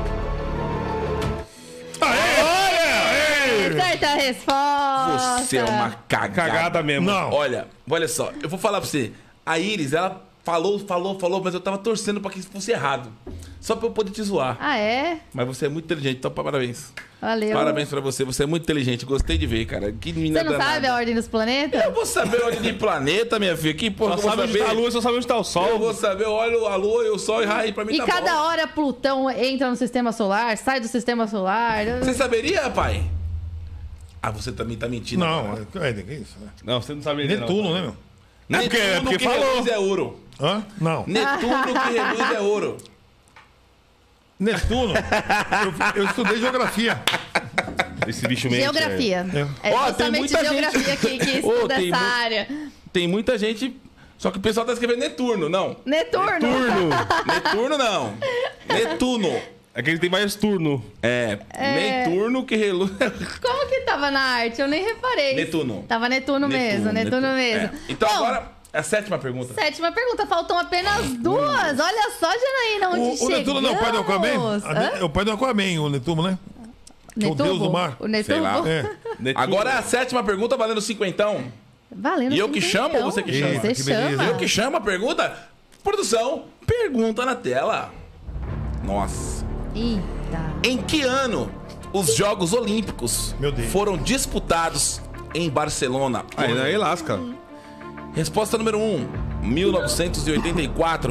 Certa resposta. Você é uma cagada. Cagada mesmo. Não. Olha, olha só, eu vou falar pra você. A Iris, ela falou, falou, falou, mas eu tava torcendo pra que isso fosse errado. Só pra eu poder te zoar. Ah, é? Mas você é muito inteligente, então parabéns. Valeu. Parabéns pra você, você é muito inteligente. Gostei de ver, cara. Que menina Você não danada. sabe a ordem dos planetas? Eu vou saber onde de planeta, minha filha. Que porra Só que eu vou sabe onde saber? tá a lua, só sabe onde tá o sol. Eu vou saber, eu olho a lua e o sol e aí pra mim E tá cada bom. hora Plutão entra no sistema solar, sai do sistema solar. Você saberia, pai? Ah, você também tá mentindo. Não, cara. é, é, que isso, né? Não, você não sabe ainda, não. Netuno, né, meu? É porque- é Netuno porque que falou. reluz é ouro. Hã? Não. Netuno que reluz é ouro. Netuno, eu, eu estudei geografia. Esse bicho mente. Geografia. É. É Ó, tem justamente muita geografia gente- que, que Ô, estuda tem essa mu- área. Tem muita gente... Só que o pessoal tá escrevendo Neturno, não. Neturno. Turno. Neturno, não. Netuno. É que ele tem mais turno. É, Neturno que reluz... Como que tava na arte? Eu nem reparei. Netuno. Tava Netuno, mesmo, Netuno, mesmo. É. Então Bom, agora, é a sétima pergunta. sétima pergunta, faltam apenas duas. Olha só, Janaína, onde O, o chegamos. Netuno não é o pai do Aquaman? A- Hã? É o pai do Aquaman, o Netuno, né? Netuno? o deus do mar. O Netuno? Sei lá. É. Netuno. Agora é a sétima pergunta, valendo cinquentão. Valendo. E eu que cinquentão. chamo ou você que chama? Você Que beleza, chama. Eu que chamo a pergunta. Produção, pergunta na tela. Nossa. Eita. Em que ano os Jogos Olímpicos Meu Deus. foram disputados em Barcelona? Aí, aí lasca. Resposta número um, mil novecentos e oitenta e quatro.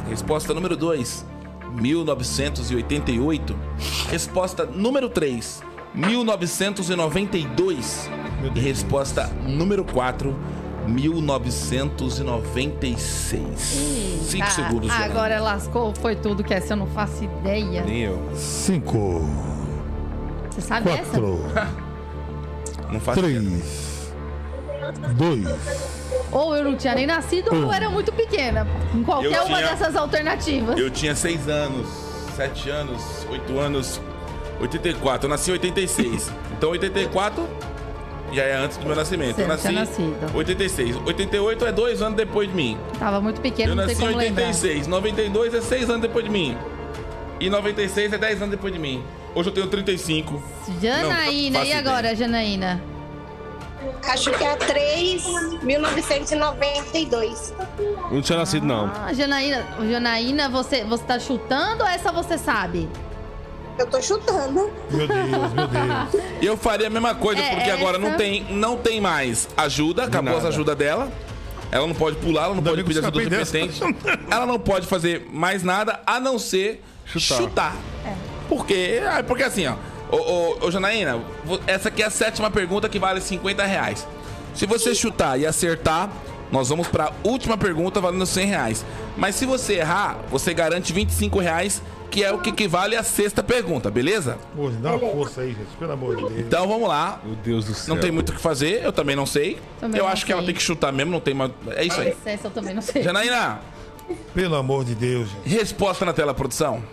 Resposta número dois, mil novecentos e oitenta e oito. Resposta número três, mil novecentos e noventa e dois. E resposta número quatro, mil novecentos e noventa e seis. Cinco Tá, segundos. Janaína. agora lascou, foi tudo que essa eu não faço ideia. Nem eu. Cinco, Você sabe quatro, Não faço ideia. três, dois. essa? Ou eu não tinha nem nascido ou eu era muito pequena. Em qualquer Eu uma tinha- dessas alternativas. Eu tinha seis anos, sete anos, oito anos, oitenta e quatro. Eu nasci em oitenta e seis. Então oitenta e quatro já é antes do meu nascimento. Você Eu não nasci tinha nascido. oitenta e seis. oitenta e oito é dois anos depois de mim. Tava muito pequeno, Eu não nasci sei em como oitenta e lembrar. seis. noventa e dois é seis anos depois de mim. E noventa e seis é dez anos depois de mim. Hoje eu tenho trinta e cinco. Janaína, Não, e faço agora, Janaína? Acho que é a três, mil novecentos e noventa e dois. Não tinha nascido, não. Ah, Janaína, Janaína, você, você tá chutando ou essa você sabe? Eu tô chutando. Meu Deus, meu Deus. Eu faria a mesma coisa, É, porque agora não essa- tem, não tem mais ajuda. Acabou nada. as ajuda dela. Ela não pode pular, ela não Ainda pode bem que pedir eu ajuda do escapei repetente. Ela não pode fazer mais nada a não ser chutar. Chutar. Porque, ah, porque assim, ó. Ô, ô, ô, Janaína, vo- essa aqui é a sétima pergunta que vale cinquenta reais. Se você chutar e acertar, nós vamos pra última pergunta valendo cem reais. Mas se você errar, você garante vinte e cinco reais, que é o que equivale à sexta pergunta, beleza? Pô, dá uma força aí, gente. Pelo amor de Deus. Então vamos lá. Meu Deus do céu. Não tem muito o que fazer, eu também não sei. Também eu não acho que ela sei. tem que chutar mesmo, não tem mais. É isso aí. Essa eu também não sei. Janaína, Pelo amor de Deus, gente. resposta na tela, produção.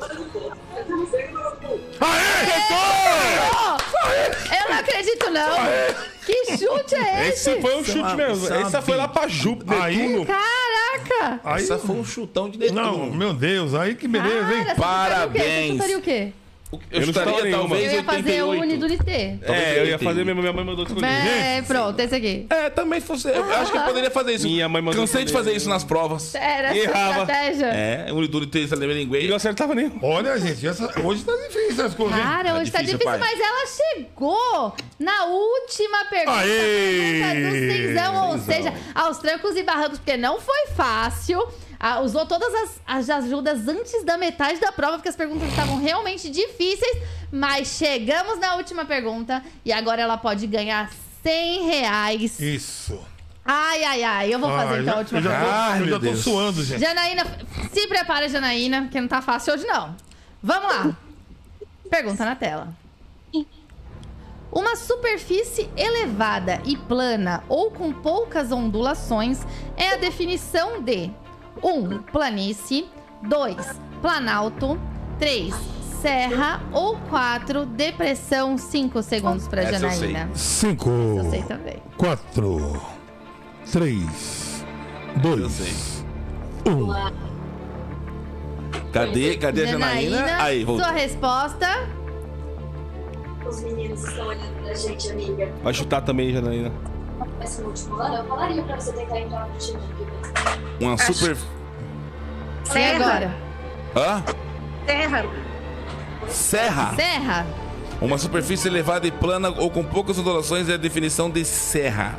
Eu não acredito, não. Que chute é esse? Esse foi um Isso é chute uma- mesmo. isso é uma Essa foi lá pra Júpiter, Aí- Netuno. Caraca! Aí, Essa foi um chutão de Netuno. não, meu Deus, aí que beleza, hein? Cara, você Parabéns. chutaria o quê? Eu Eu não chutaria chutaria talvez nenhuma. Eu ia fazer o Uni do oitenta e oito. Nitê. É, eu ia fazer oitenta. mesmo. Minha mãe mandou escolher. É, pronto, esse aqui. É, também fosse. Eu acho que eu poderia fazer isso. Minha mãe mandou Cansei de escolher. fazer isso nas provas. Era essa Errava. estratégia. É, o Uniduro tem essa língua E inglês. não acertava nenhum. Olha, gente, essa, hoje tá difícil as coisas, hein? Cara, hoje tá difícil, difícil, pai. mas ela chegou na última pergunta. Aê! pergunta do Cenzão, ou seja, aos trancos e barrancos, porque não foi fácil. Ah, usou todas as, as ajudas antes da metade da prova, porque as perguntas estavam realmente difíceis. Mas chegamos na última pergunta e agora ela pode ganhar cem reais. Isso. Ai, ai, ai. Eu vou fazer Ah, então a já- última eu já pergunta. tô, Ai, eu meu já tô Deus. suando, gente. Janaína, se prepara, Janaína, que não tá fácil hoje, não. Vamos lá. Pergunta na tela. Uma superfície elevada e plana ou com poucas ondulações é a definição de um planície, dois planalto, três serra ou quatro depressão. cinco segundos para Essa eu sei. Janaína. Cinco, Eu sei também. quatro, três, Eu sei. dois, um. Cadê? Cadê a Janaína? Aí, voltou. sua resposta. Os meninos estão olhando pra gente, amiga. Vai chutar também, Janaína. Esse último ano, eu falaria pra você tentar entrar no time. Uma super. E Serra. agora? Hã? Terra. Serra. Serra. Uma superfície elevada e plana ou com poucas ondulações é a definição de serra.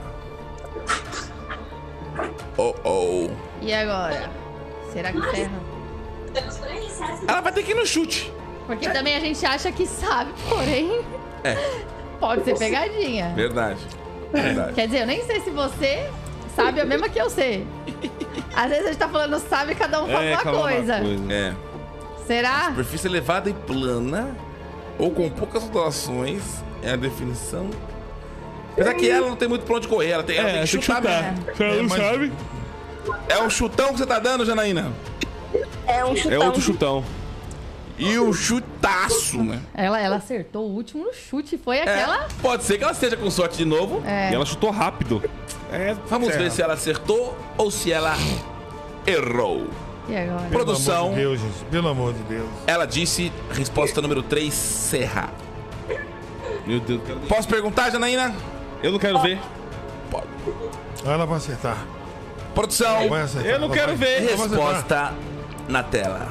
Oh, oh. E agora? Será que serra? Estamos por aí, César. Ela vai ter que ir no chute. Porque também a gente acha que sabe, porém. É. Pode ser pegadinha. Verdade. Verdade. Quer dizer, eu nem sei se você sabe a mesma que eu sei. Às vezes a gente tá falando sabe, cada um fala É, uma cada uma coisa. coisa. É. Será? Superfície elevada e plana ou com poucas ondulações é a definição. Apesar que ela não tem muito pra onde correr, ela tem, ela tem que chutar mesmo. Se ela não mas- sabe, É um chutão que você tá dando, Janaína? É um chutão. é outro chutão. E o chutaço, né? Ela, ela acertou o último no chute. Foi É, aquela. pode ser que ela esteja com sorte de novo. É. E ela chutou rápido. É, Vamos Serra. ver se ela acertou ou se ela errou. E agora? Pelo Produção. amor de Deus, gente. Pelo amor de Deus. Ela disse, resposta número três, serra. Meu Deus, eu quero ver. Posso perguntar, Janaína? Eu não quero ver. Pode. Ela vai acertar. Produção, Vai acertar. Eu não ela quero vai- ver. ela vai acertar. resposta na tela.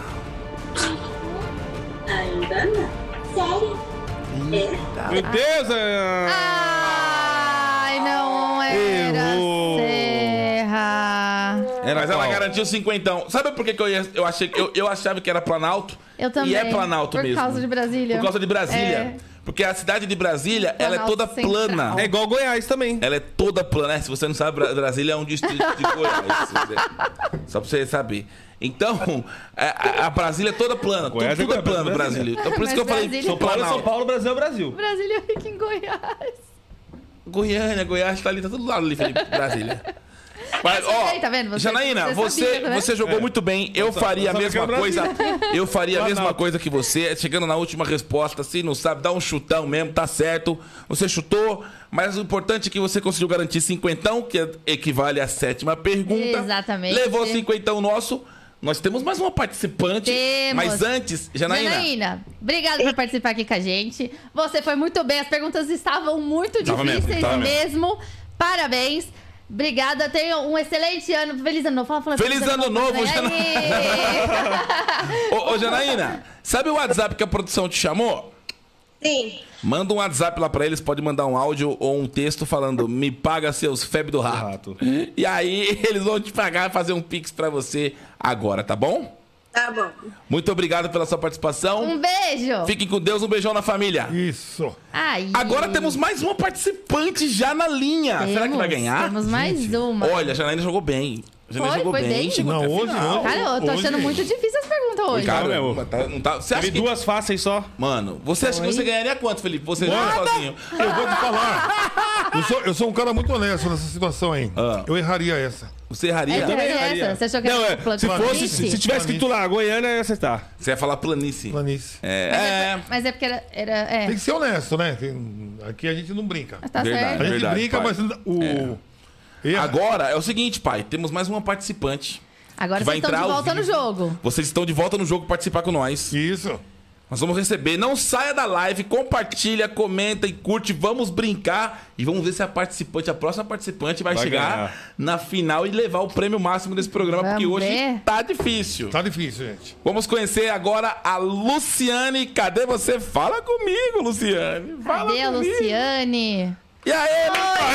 Ainda não. Sério? Meu Deus, é... Ai, não era Errou. serra. Era Mas ela qual? garantiu cinquentão. Sabe por que, que eu, ia, eu, achei, eu, eu achava que era Planalto? Eu também. E é Planalto Por mesmo. causa de Brasília. Por causa de Brasília. É. Porque a cidade de Brasília, ela é Planalto toda Central. plana. É igual Goiás também. Ela é toda plana. Se você não sabe, Bra- Brasília é um distrito de Goiás. Só pra você saber. Então, a, a Brasília é toda plana. Tudo, Goiás é tudo é Goiás, plano, Brasília. Brasília. Então, por isso Mas que eu falei, Brasília- sou São Paulo é São Planalto. Paulo, Brasil é Brasil. Brasília fica em Goiás. Goiânia, Goiás tá ali, tá tudo lá ali, Felipe, Brasília. Mas, ó, Sei, tá vendo? Você- Janaína, você você, sabia, né? você jogou muito bem. Eu faria a sabe mesma que é coisa. Eu faria a Planalto. mesma coisa que você. Chegando na última resposta, se não sabe, dá um chutão mesmo, tá certo. Você chutou, mas o importante é que você conseguiu garantir cinquentão, que equivale à sétima pergunta. Exatamente. Levou cinquentão nosso. Nós temos mais uma participante. Temos. Mas antes, Janaína. Janaína, obrigada por participar aqui com a gente. Você foi muito bem, as perguntas estavam muito Tava mesmo, difíceis tava mesmo. Parabéns. Obrigada, tenha um excelente ano. Feliz ano novo. Fala, fala, Feliz ano novo, Janaína. Ô, ô, Janaína, sabe o WhatsApp que a produção te chamou? Sim. Manda um WhatsApp lá pra eles, pode mandar um áudio ou um texto falando me paga seus febre do rato. rato. E aí eles vão te pagar e fazer um pix pra você agora, tá bom? Tá bom. Muito obrigado pela sua participação. Um beijo. Fiquem com Deus, um beijão na família. Isso. Aí. Agora temos mais uma participante já na linha. Será que vai Temos, ganhar? Temos mais uma. Olha, a Janaína jogou bem. A Janaína Foi, jogou foi bem. bem. Chegou Não, até a hoje, final. hoje. Cara, eu tô achando Hoje- muito difícil as perguntas hoje. Cara, mesmo. não tá, não tá- você acha Teve que... duas fáceis só. Mano, você acha que Oi? você ganharia quanto, Felipe? Você joga Nada. sozinho. Eu vou te falar. Eu sou, eu sou um cara muito honesto nessa situação aí. Ah. Eu erraria essa. Você erraria? É, é essa. Você achou que Não, era é, plano se planície? fosse, se, se tivesse escrito lá, Goiânia, ia acertar. Você ia falar planície. Planície. É, Mas é, é, mas é porque era. era é. Tem que ser honesto, né? Tem- aqui a gente não brinca. Tá Verdade. A certo. gente Verdade, brinca, pai. mas o. Erra. Agora é o seguinte, pai. Temos mais uma participante. Agora que vai vocês estão de entrar ao volta no vivo. jogo. Vocês estão de volta no jogo participar com nós. Isso. Nós vamos receber. Não saia da live, compartilha, comenta e curte. Vamos brincar e vamos ver se a participante, a próxima participante, vai, Vai chegar ganhar. na final e levar o prêmio máximo desse programa, Vamos porque hoje ver. tá difícil. Tá difícil, gente. Vamos conhecer agora a Luciane. Cadê você? Fala comigo, Luciane. Fala Cadê a comigo. Luciane? E aí,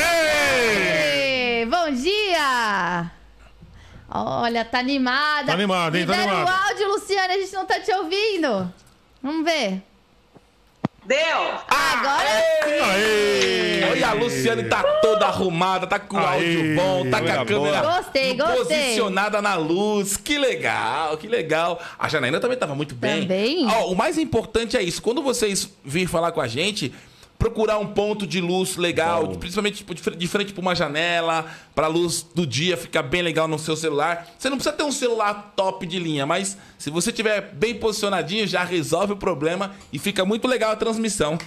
Oi, bom dia! Olha, tá animada. Tá animada, hein? Tá Libera animada. o áudio, Luciane, a gente não tá te ouvindo. Vamos ver. Deu. Agora sim! Aê! Olha, a Luciane tá toda arrumada, tá com o Aê, áudio bom, tá com a coisa câmera boa. Gostei, gostei. posicionada na luz. Que legal, que legal. A Janaína também tava muito bem. Também. Ó, o mais importante é isso. Quando vocês virem falar com a gente, procurar um ponto de luz legal, Bom. principalmente tipo, de fre- de frente pra uma janela, pra luz do dia ficar bem legal no seu celular. Você não precisa ter um celular top de linha, mas se você tiver bem posicionadinho, já resolve o problema e fica muito legal a transmissão.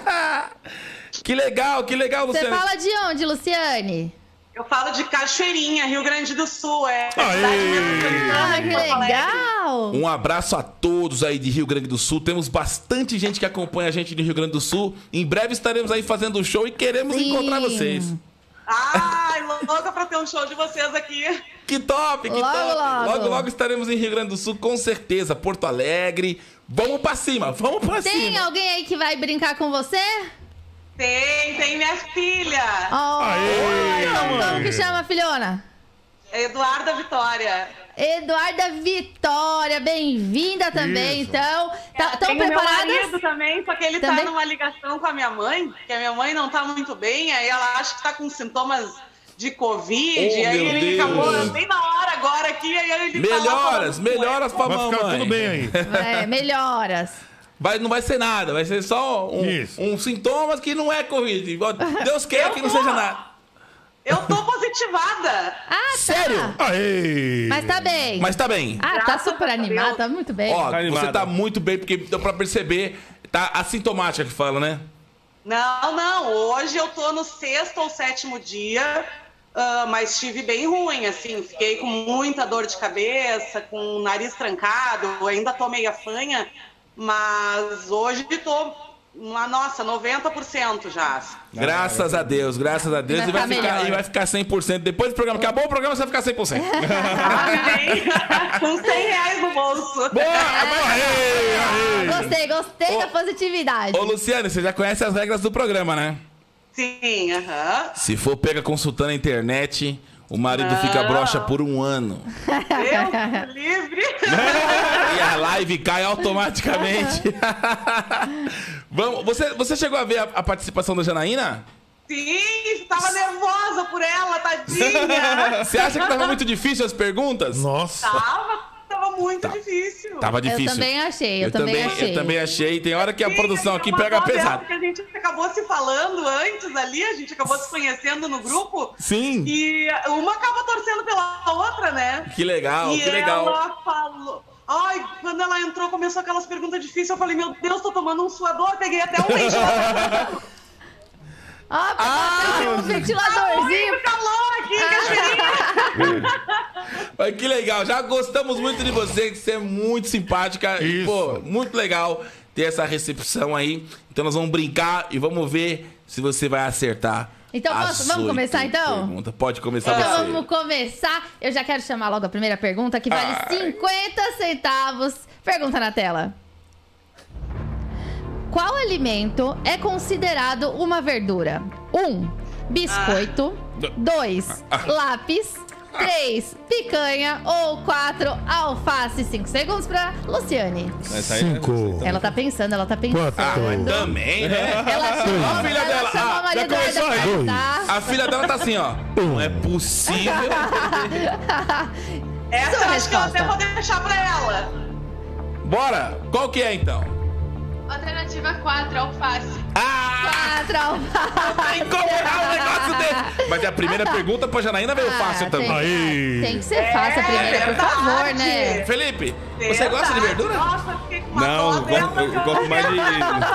Que legal, que legal, Você Luciane. fala de onde, Luciane? Eu falo de Cachoeirinha, Rio Grande do Sul. É Aê! cidade metropolitana Ah, de que Porto Alegre. legal! Um abraço a todos aí de Rio Grande do Sul. Temos bastante gente que acompanha a gente de Rio Grande do Sul. Em breve estaremos aí fazendo o show e queremos Sim. encontrar vocês. Ai, louca pra ter um show de vocês aqui. Que top, que Logo, top. logo. logo, logo estaremos em Rio Grande do Sul, com certeza. Porto Alegre. Vamos pra cima, vamos pra Tem cima. alguém aí que vai brincar com você? Tem, tem minha filha, Oh, Aê, como, como mãe. que chama, filhona? Eduarda Vitória. Eduarda Vitória, bem-vinda também, Isso. então. Estão Tem o meu preparadas? marido também, só que ele Também? tá numa ligação com a minha mãe, que a minha mãe não tá muito bem, aí ela acha que tá com sintomas de Covid, Oh, aí meu ele Deus. acabou bem na hora agora aqui, aí ele tá lá Melhoras, falando com melhoras pra Vai mamãe. ficar tudo bem aí. É, melhoras. Vai, não vai ser nada, vai ser só um, Isso. um sintomas que não é Covid. Deus quer que não seja nada. Eu tô positivada. Ah, tá. Sério? Aê! Mas tá bem. Mas tá bem. Ah, tá Graças super a animada, Deus. tá muito bem. Ó, Tá você animada. tá muito bem, porque deu pra perceber. Tá assintomática que fala, né? Não, não, hoje eu tô no sexto ou sétimo dia, ah, mas estive bem ruim, assim, fiquei com muita dor de cabeça, com o nariz trancado, ainda tô meio afanha, mas hoje tô, uma, nossa, noventa por cento já. Graças a Deus, graças a Deus. Vai E vai, ficar ficar, melhor. e vai ficar cem por cento. Depois do programa, acabou o programa, você vai ficar cem por cento. Amém. Com cem reais no bolso. Boa! Aê, aê. Gostei, gostei Ô, da positividade. Ô, Luciane, você já conhece as regras do programa, né? Sim, aham. Se for pega consultando a internet, O marido fica broxa por um ano. Deus livre. E a live cai automaticamente. Vamos, você, você chegou a ver a, a participação da Janaína? Sim, tava nervosa por ela, tadinha. Você acha que tava muito difícil as perguntas? Nossa. Tava, tava muito Tá. difícil. Tava difícil. Eu também achei, eu, também, achei. Eu também achei. Tem hora que a Sim, produção aqui uma pega dó dela, pesado. Porque a gente acabou se falando antes ali, a gente acabou se conhecendo no grupo. Sim. E uma acaba torcendo pela outra, né? Que legal, e que legal. ela falou... Ai, quando ela entrou, começou aquelas perguntas difíceis. Eu falei, meu Deus, tô tomando um suador. Peguei até um leite. Ah, ah um ventiladorzinho. Muito calor aqui, caixeirinha. Mas que legal, já gostamos muito de você, que você é muito simpática. E, pô, muito legal ter essa recepção aí. Então nós vamos brincar e vamos ver se você vai acertar. Então posso, vamos começar então? Pergunta. Pode começar então você. Vamos começar. Eu já quero chamar logo a primeira pergunta, que vale Ai. cinquenta centavos. Pergunta na tela. Qual alimento é considerado uma verdura? Um, biscoito. Ah. Dois, ah. lápis. Três, picanha. Ou quatro, alface. Cinco segundos pra Luciane. Cinco. Ela tá pensando, ela tá pensando. Ah, também, né? Ela chamou, a filha ela dela. Chamou ah, a Maria Eduarda pra ajudar. A filha dela tá assim, ó. Não é possível. Essa eu acho que eu até vou deixar pra ela. Bora. Qual que é, então? Alternativa quatro, alface. Ah! quatro, alface. Tem como errar um negócio desse. Mas a primeira pergunta pra Janaína veio ah, fácil também. Tem, Aí. tem que ser fácil a primeira, é, por favor, né? Felipe, você verdade. gosta de verdura? Nossa, fiquei com uma Não, eu gosto, eu gosto mais de...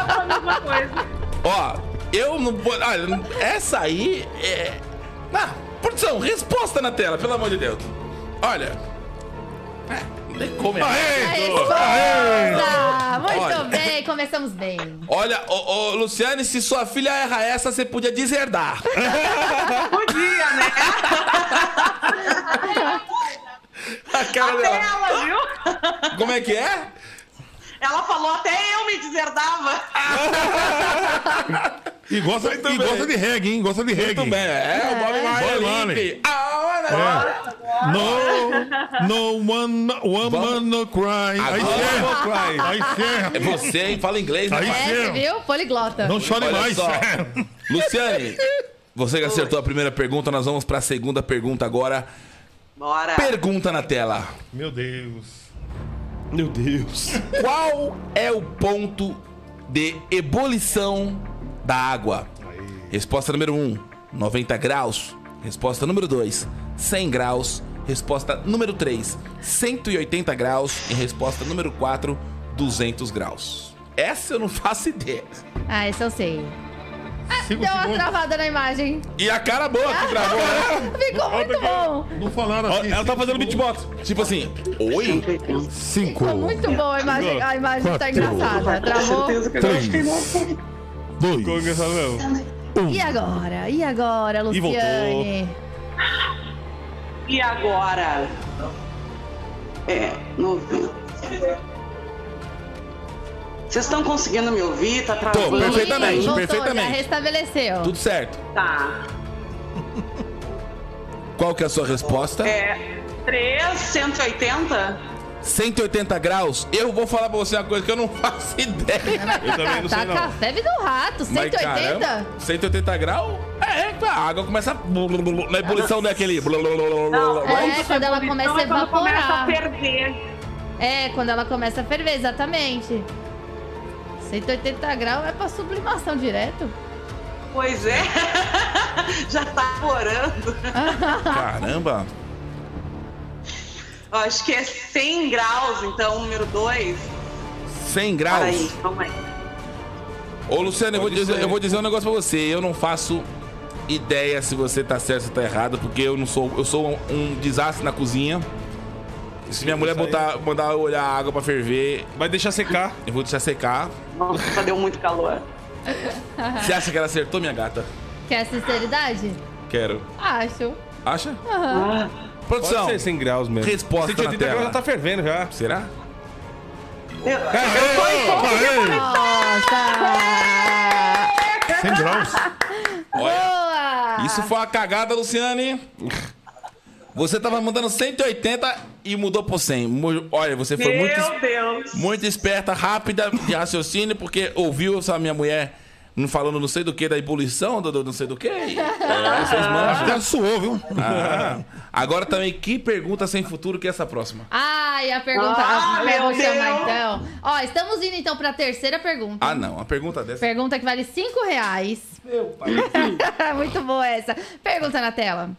Ó, eu não vou... Olha, essa aí é... Ah, produção, resposta na tela, pelo amor de Deus. Olha... É. Come Aê! Aê! Muito olha, bem, começamos bem. Olha, ô, ô, Luciane, se sua filha erra essa, você podia deserdar. Podia, né? A cara até dela. ela, viu? Como é que é? Ela falou, até eu me deserdava. E gosta, e gosta de reggae, hein? Gosta de reggae. Muito bem, é, o Bob Marley. É. No, no one, one man no cry. Aí cry. Aí é você, hein? Fala inglês, né? Aí é, você viu? Poliglota. Não chore Olha mais. Só. Luciane, você que acertou a primeira pergunta, nós vamos para a segunda pergunta agora. Bora. Pergunta na tela. Meu Deus. Meu Deus. Qual é o ponto de ebulição da água? Aí. Resposta número um, noventa graus. Resposta número dois, cem graus. Resposta número três, cento e oitenta graus. E resposta número quatro, duzentos graus. Essa eu não faço ideia. Ah, essa eu sei. Ah, Cinco deu uma segundos. travada na imagem. E a cara boa que travou, né? Ficou muito bom. Não falaram assim. Ela tá fazendo beatbox. Tipo assim, oi? Cinco. Ficou muito bom a imagem. A imagem tá Quatro. engraçada. Travou. Três. Dois. Ficou engraçado mesmo. Um. E agora? E agora, E voltou. Luciane? E agora? É, noventa. Vocês estão conseguindo me ouvir? Tá travando? Tô, perfeitamente, voltou, perfeitamente. Já restabeleceu. Tudo certo. Tá. Qual que é a sua resposta? É, três, cento e oitenta? cento e oitenta graus? Eu vou falar pra você uma coisa que eu não faço ideia. Eu também não sei Tá não. com a febre do rato, Mas, cento e oitenta? caramba, cento e oitenta graus? É, a água começa a... Na ebulição daquele... É, quando ela começa a Então é quando começa a evaporar. ferver. É, quando ela começa a ferver, exatamente. cento e oitenta graus é pra sublimação direto. Pois é. Já tá evaporando. Caramba. Acho que é cem graus, então, número dois. cem graus? Aí, calma aí. Ô, Luciano, eu vou, dizer, eu vou dizer um negócio pra você. Eu não faço ideia se você tá certo ou se tá errado, porque eu não sou... Eu sou um, um desastre na cozinha. Se minha mulher botar, mandar eu olhar a água pra ferver... Vai deixar secar. Eu vou deixar secar. Nossa, deu muito calor. Você acha que ela acertou, minha gata? Quer sinceridade? Quero. Acho. Acha? Ah, Produção, Pode ser cem graus mesmo. resposta cento e na oitenta graus tela. já tá fervendo já. Será? eu, eu tô em pouco de Nossa! cem graus. Olha, Boa! isso foi uma cagada, Luciane. Você tava mandando cento e oitenta e mudou por cem. Mu- Olha, você foi Meu muito, Deus. muito esperta, rápida de raciocínio, porque ouviu essa minha mulher não falando não sei do que, da ebulição, do, do não sei do que. É, vocês manjam. Até suou, viu? Ah, agora também, que pergunta sem futuro que é essa próxima? Ai, a pergunta. Ah, Ah, meu eu vou chamar Deus. então. Ó, estamos indo então pra terceira pergunta. Ah, não. Uma pergunta dessa. Pergunta que vale cinco reais. Meu pai. Muito boa essa. Pergunta na tela.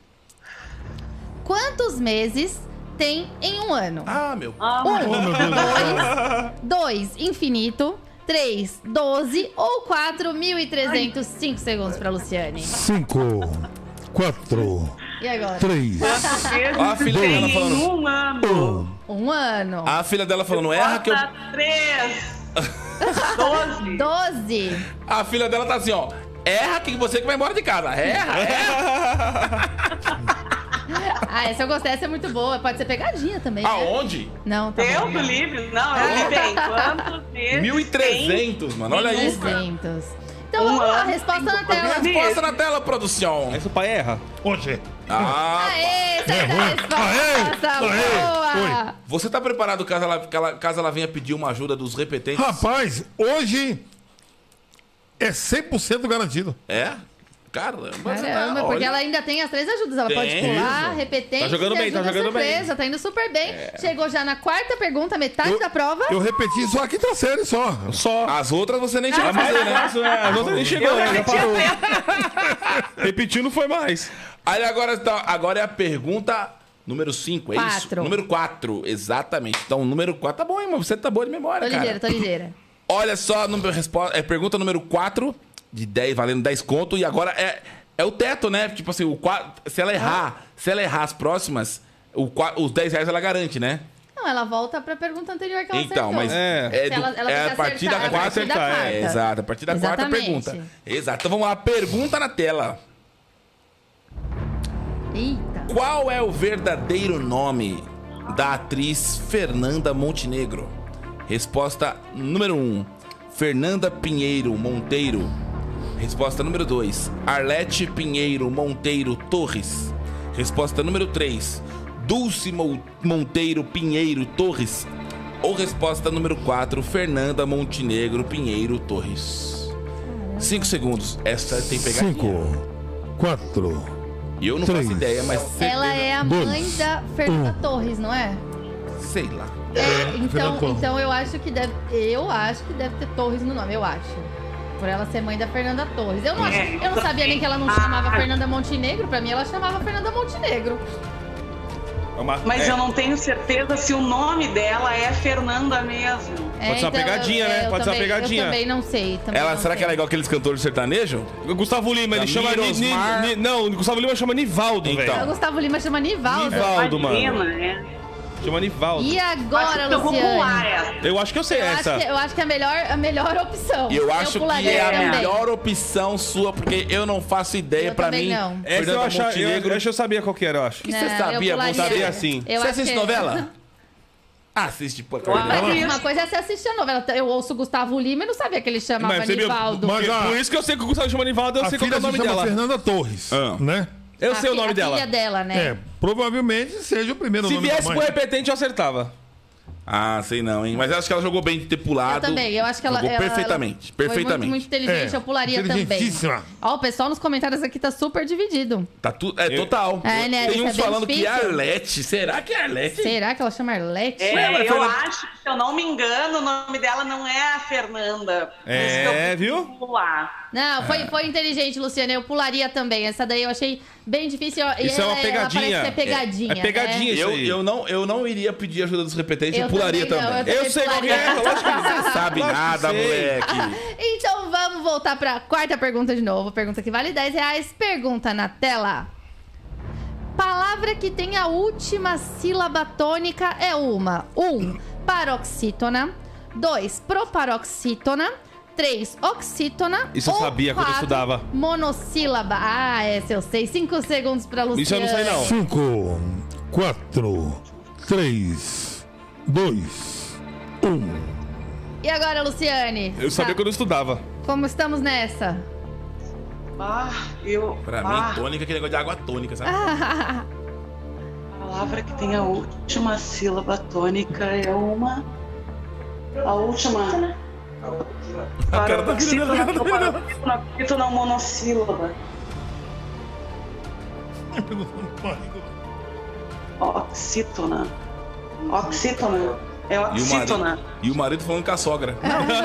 Quantos meses tem em um ano? Ah, meu. Oh, meu Deus. Dois, dois, infinito. Três, doze ou quatro, mil e trezentos. Cinco segundos pra Luciane. Cinco, quatro, E agora? três, Ó, a filha Tem dela falando. um ano. Um ano. A filha dela falando, erra que eu. Bota três. Doze. Doze. A filha dela tá assim, ó. Erra que você que vai embora de casa. Erra, erra. Ah, essa eu gostei. Essa é muito boa. Pode ser pegadinha também. né? Aonde? Não, tá Deus bom. do livre. Não, eu li bem. Quantos meses mil e trezentos, mano. Olha isso. trezentos. Então Um vamos lá, ano, resposta tem na que tela. fazer. Resposta na tela, produção. Aí seu pai erra. Oxe. Ah, Aê, certa Errou. resposta. Aê, aê. Boa. você tá preparado caso ela, que ela- caso ela venha pedir uma ajuda dos repetentes? Rapaz, hoje é cem por cento garantido. É? Caramba, você tá- Caramba, porque olha. ela ainda tem as três ajudas. Ela Tem pode pular, isso. repetente Tá jogando e bem, tá ajuda jogando bem. surpresa. Tá indo super bem. Chegou já na quarta pergunta, metade Eu- da prova. Eu repeti só a quinta série só. Só. As outras você nem chegou a Mais fazer, né? fácil, né? A outra nem chegou, né? Já parou. Repetiu, não foi mais. Aí agora, então, agora é a pergunta número cinco, é isso? Quatro. Número quatro, exatamente. Então, o número quatro tá bom, hein, mano? Você tá boa de memória, Tô cara. ligeira, tô ligeira. Olha só, número, resposta, é pergunta número quatro, de dez, valendo dez conto. E agora é, é o teto, né? Tipo assim, o quatro, se ela errar, se ela errar as próximas, o, qua- os dez reais ela garante, né? Não, ela volta pra pergunta anterior que ela Então, acertou. mas É. é, Se do- ela- ela é tem a que partir da acertar, quarta. a partir da acertar, quarta. É, exato, a partir da quarta Exatamente. pergunta. Exato. Então vamos lá, pergunta na tela. Eita. Qual é o verdadeiro nome da atriz Fernanda Montenegro? Resposta número um, Fernanda Pinheiro Monteiro. Resposta número dois, Arlete Pinheiro Monteiro Torres. Resposta número três, Dulce Mo- Monteiro Pinheiro Torres. Ou resposta número quatro, Fernanda Montenegro Pinheiro Torres. Cinco segundos. Essa tem pegadinha. Cinco, quatro, E eu não três. faço ideia, mas certeza- Ela é a Dois. mãe da Fernanda Torres, não é? sei lá. É, então, Fernanda Torres. então eu acho que deve. Eu acho que deve ter Torres no nome, eu acho. Por ela ser mãe da Fernanda Torres. Eu não, acho, eu não sabia nem que ela não chamava Fernanda Montenegro. Pra mim, ela chamava Fernanda Montenegro. É uma- Mas é. eu não tenho certeza se o nome dela é Fernanda mesmo. É, ser uma pegadinha, eu- né? eu Pode ser uma também- pegadinha. Eu também não sei. também Ela, não será sei. que ela é igual aqueles cantores sertanejos? O Gustavo Lima, ele chama... Ni, Ni, Osmar. Ni- não, o Gustavo Lima chama Nivaldo, Então. velho. O Gustavo Lima chama Nivaldo. Nivaldo, mano. Imagina, né? Chama Nivaldo. E agora, Acho que eu vou pular Luciane? essa. Eu acho que eu sei Eu acho, essa. que, eu acho que é a melhor, a melhor opção. Eu acho que pularia é a também. melhor opção sua, porque eu não faço ideia. Eu pra também mim, não. Essa eu, Fernanda achava, eu, Montenegro. eu, acho que eu sabia qual que era, eu acho. que Não, você eu sabia? pularia. Você Sabia sim. Eu Você acho assiste que- novela? Assiste, pô. Mas uma coisa é você assistir a novela. Eu ouço o Gustavo Lima e não sabia que ele chamava Mas você viu- Nivaldo. mas a- Por isso que eu sei que o Gustavo chama Nivaldo, eu A sei qual que é filha o se nome chama dela. Fernanda Torres, Ah. né? Eu A sei o fi- nome a dela. filha dela, né? É, provavelmente seja o primeiro Se nome da viesse mãe. pro repetente, eu acertava. Ah, sei não, hein? Mas eu acho que ela jogou bem de ter pulado. Eu também, eu acho que ela, Jogou ela- perfeitamente, ela perfeitamente. Foi muito, muito inteligente, É, eu pularia também. inteligentíssima. Ó, o pessoal nos comentários aqui tá super dividido. Tá tudo, é total. É, né? Tem Isso uns é bem falando que é difícil. Arlete. Será que é Arlete? Será que ela chama Arlete? É, Ué, mas eu Fernanda- acho que, se eu não me engano, o nome dela não é a Fernanda. Por É, isso que eu viu? vou pular. Não, foi, foi inteligente, Luciana. Eu pularia também. Essa daí eu achei bem difícil. E Isso é ela- uma pegadinha. Ela parece que é pegadinha. É- é pegadinha. né? Isso Eu, aí. eu, não, eu não iria pedir ajuda dos repetentes, eu, Eu pularia também não, também. eu Eu sei qual que é, lógico que Você sabe Lógico que nada, sei. moleque. Então vamos voltar pra quarta pergunta de novo. Pergunta que vale dez reais. Pergunta na tela. Palavra que tem a última sílaba tônica é uma. Um, paroxítona. Dois, proparoxítona. Três, oxítona. Isso eu ou sabia quando eu quatro, estudava. Monossílaba. Ah, essa eu sei. Cinco segundos pra Luciana. Isso eu não sei, não. Cinco, quatro, três, dois, um. E agora, Luciane? Eu sabia Tá. quando eu estudava. Como estamos nessa? Ah, eu. Pra ah, mim, tônica é aquele negócio de água tônica, sabe? palavra que tem a última sílaba tônica é uma. A última. Paroxítona, paroxítona monossílaba. Oxítona. Oxítona. É oxítona. E o marido falando com a sogra.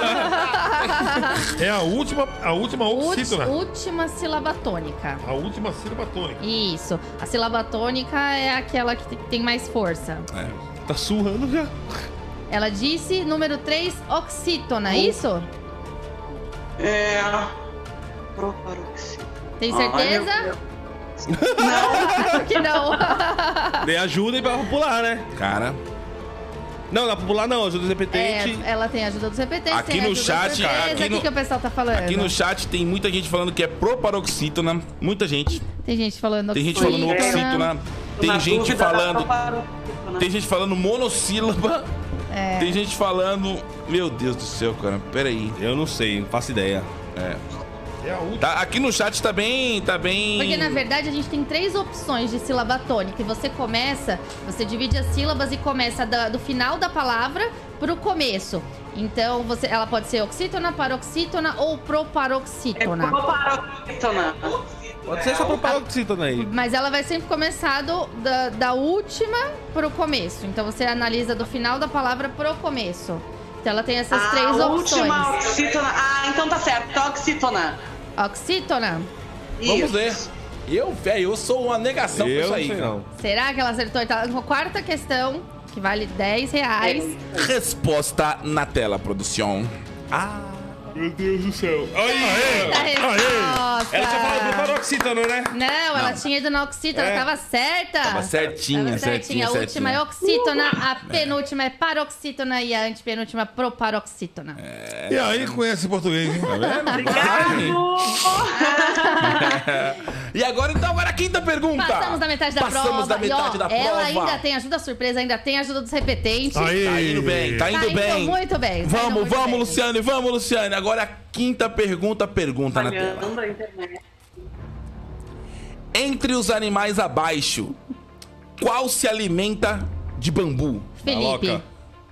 É a última, a última oxítona. Última sílaba tônica. A última sílaba tônica. Isso. A sílaba tônica é aquela que tem mais força. É. Tá surrando já. Ela disse, número três, oxítona, é isso? É. Proparoxítona. Tem certeza? Ai, não. Que não. Dê ajuda e pra pular, né? Cara. Não, dá pra pular não, ajuda dos repetentes. É, ela tem ajuda dos repetentes. Aqui tem no ajuda chat, dos repetentes. aqui Aqui no- que o pessoal tá falando. Aqui no chat tem muita gente falando que é proparoxítona. Muita gente. Tem gente falando Tem gente falando oxítona. Tem Na gente dúvida, dá falando. proparoxítona. Tem gente falando monossílaba. É. Tem gente falando. Meu Deus do céu, cara. Pera aí. Eu não sei, não faço ideia. É. É a última. Tá, aqui no chat tá bem. Tá bem. Porque, na verdade, a gente tem três opções de sílaba tônica. E você começa, você divide as sílabas e começa da- do final da palavra pro começo. Então, você, ela pode ser oxítona, paroxítona ou É proparoxítona. proparoxítona. Pode ser só pro paroxítona aí. Mas ela vai sempre começar do- da, da última pro começo. Então, você analisa do final da palavra pro começo. Então, ela tem essas A três opções. última oxítona. Ah, então tá certo. Oxítona. Oxítona. Vamos Isso. ver. Eu, velho, eu sou uma negação pra Eu isso não aí. sei cara. não. Será que ela acertou? Então, quarta questão, que vale dez reais. Resposta na tela, produção. Meu Deus do céu. Certa Aí! resposta. Ela tinha falado do paroxítona, né? Não, ela Não. tinha ido na oxítona, É. tava certa. Tava certinha, Tava certinha, A última certinha. é oxítona, a penúltima é paroxítona e a antepenúltima é proparoxítona. E aí conhece português, hein? Tá vendo? E agora, então, agora a quinta pergunta. Passamos da metade da Passamos prova. da metade e, ó, da ela prova. ainda tem ajuda surpresa, ainda tem ajuda dos repetentes. Aí. Tá indo bem, tá indo Tá indo bem. muito bem, tá indo Vamos, muito vamos, bem. Luciane, vamos, Luciane. Agora a quinta pergunta, pergunta na tela. Olhando a internet. Entre os animais abaixo, qual se alimenta de bambu? Felipe. Maloca.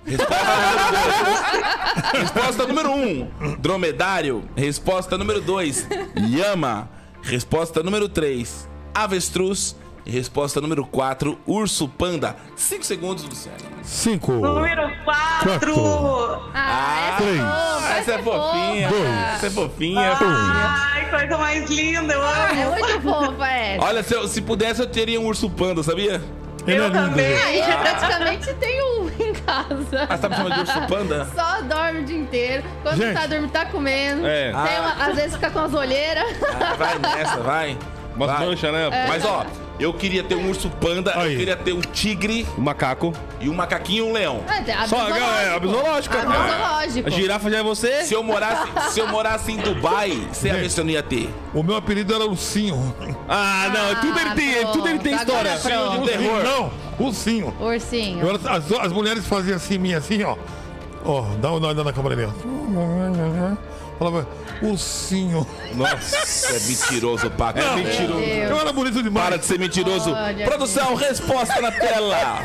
Resposta número um, dromedário. Resposta número dois, lhama. Resposta número três, avestruz. E resposta número quatro, urso panda. Cinco segundos, Luciano. Cinco. Número quatro. Ah, Três. Essa é fofinha. Dois. Essa é fofinha. Ai, coisa mais linda, eu amo. É muito fofa essa. Olha, se, eu- se pudesse, eu teria um urso panda, sabia? Ele é Eu lindo, também. gente. A gente praticamente tem um em casa. Ah, você tá me chamando de urso panda? Só dorme o dia inteiro. Quando Gente. tá dormindo, tá comendo. É. Tem uma- às vezes fica com as olheiras. Ah, vai nessa, vai. Umas Vai. manchas, né? Mas ó, eu queria ter um urso panda, Aí. eu queria ter um tigre O macaco. e um macaquinho e um leão. Ah, tem- Só zoológico. é, a zoológica. Ah, zoológico. A girafa já é você? Se eu morasse, se eu morasse em Dubai, você ia ver se eu não ia ter. O meu apelido era Ursinho. Ah, não, tudo ele tem, pronto. tudo ele tem Agora história. pronto. de terror. Não, Ursinho. Ursinho. Eu era- as, as mulheres faziam assim, em mim, assim, ó. Ó, dá uma olhada na câmera ali, ó. Falava, Ursinho. Nossa, é mentiroso, Paco. É mentiroso. Deus. Eu era bonito demais. Para de ser mentiroso. Olha, Produção, resposta na tela.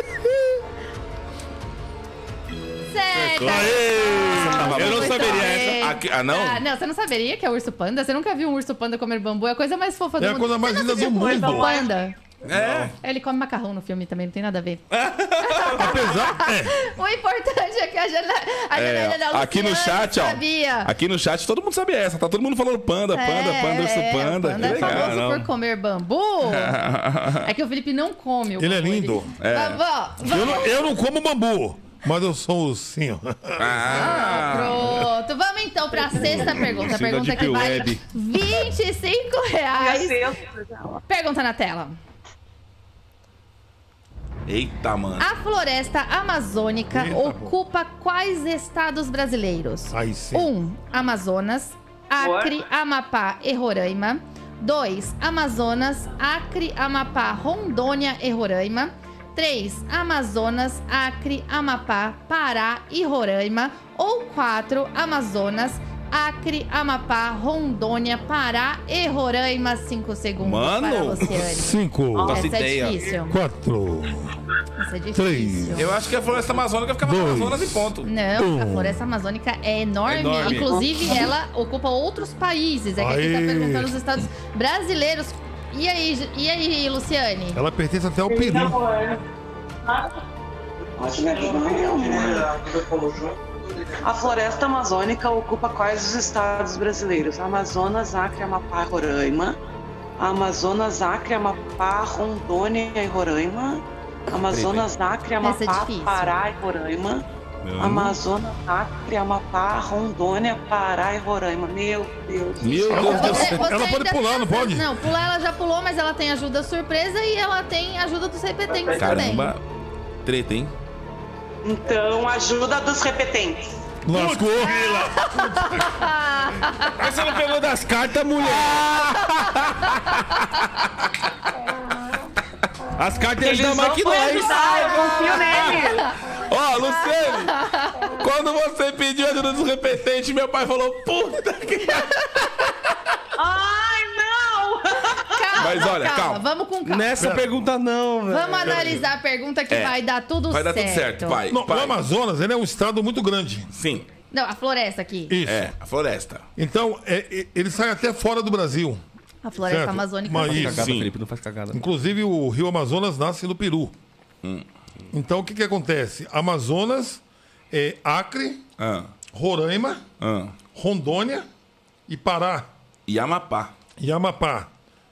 Certa. Eu não Muito saberia bem. essa. Aqui- ah, não? Ah, não, você não saberia que é urso panda? Você nunca viu um urso panda comer bambu? É a coisa mais fofa do É a mundo. coisa mais Você linda não do assistiu mundo. Urso Panda? É. Ele come macarrão no filme também, não tem nada a ver. Apesar. É. O importante é que a Jana, a É, Janaína da aqui no Luciane chat, ó. sabia. Aqui no chat todo mundo sabe essa. Tá todo mundo falando panda, panda, É, panda, urso é, panda. O panda Que é legal. famoso não. por comer bambu. É que o Felipe não come o Ele é bambu, lindo. É. Mas, ó, Eu vamos... não, eu não como bambu, mas eu sou ursinho. Ah, Pronto, vamos então pra sexta pergunta. A Ensino da pergunta que Deep vale Web. vinte e cinco Ai, reais. aceso. Pergunta na tela. eita, mano. A floresta amazônica Eita, ocupa quais estados brasileiros? Aí sim. um. Amazonas, Acre, Amapá e Roraima. dois. Amazonas, Acre, Amapá, Rondônia e Roraima. três. Amazonas, Acre, Amapá, Pará e Roraima. Ou quatro. Amazonas, Acre, Amapá, Rondônia, Pará e Roraima. Cinco segundos Mano. para Luciane. Cinco. Essa ideia. é difícil. Quatro. Essa é Três. difícil. Eu acho que a floresta amazônica ficava no Dois. Amazonas e ponto. Não, a floresta amazônica é enorme. Enorme. Inclusive, ela ocupa outros países. É que aqui tá Aí. perguntando os estados brasileiros. E aí, e aí, Luciane? Ela pertence até ao Peru. A floresta amazônica ocupa quais os estados brasileiros? Amazonas, Acre, Amapá e Roraima. Amazonas, Acre, Amapá, Rondônia e Roraima. Amazonas, Acre, Essa é Amapá, difícil. Pará e Roraima. Amazonas, Acre, Amapá, Rondônia, Pará e Roraima. Meu Deus. Meu Deus do Você- céu. você Ela pode ainda pular, tem não essa- pode? Não, pular ela já pulou, mas ela tem ajuda surpresa e ela tem ajuda dos repetentes Caramba. Treta, hein? Então, ajuda dos repetentes. Lascou. Mas você não pegou das cartas, mulher. As cartas eles dão mais que nós. eu confio nele. Ó, Luciane, quando você pediu ajuda dos repetentes, meu pai falou, puta que... Ai, não! Calma, Mas olha, calma. Vamos com calma. Nessa pergunta não, velho. Vamos analisar a pergunta que É. vai dar tudo Vai dar certo. tudo certo, pai. Não, o pai. Amazonas, ele é um estado muito grande. Sim, Não, a floresta aqui. Isso. é, a floresta. Então, é, é, ele sai até fora do Brasil. A floresta Certo. amazônica. Mas sim. isso. Cagada, Sim. Felipe, não faz cagada. Inclusive, o rio Amazonas nasce no Peru. Hum. Então, o que, que acontece? Amazonas, é, Acre, Ah, Roraima, ah. Rondônia e Pará E Amapá. e Amapá.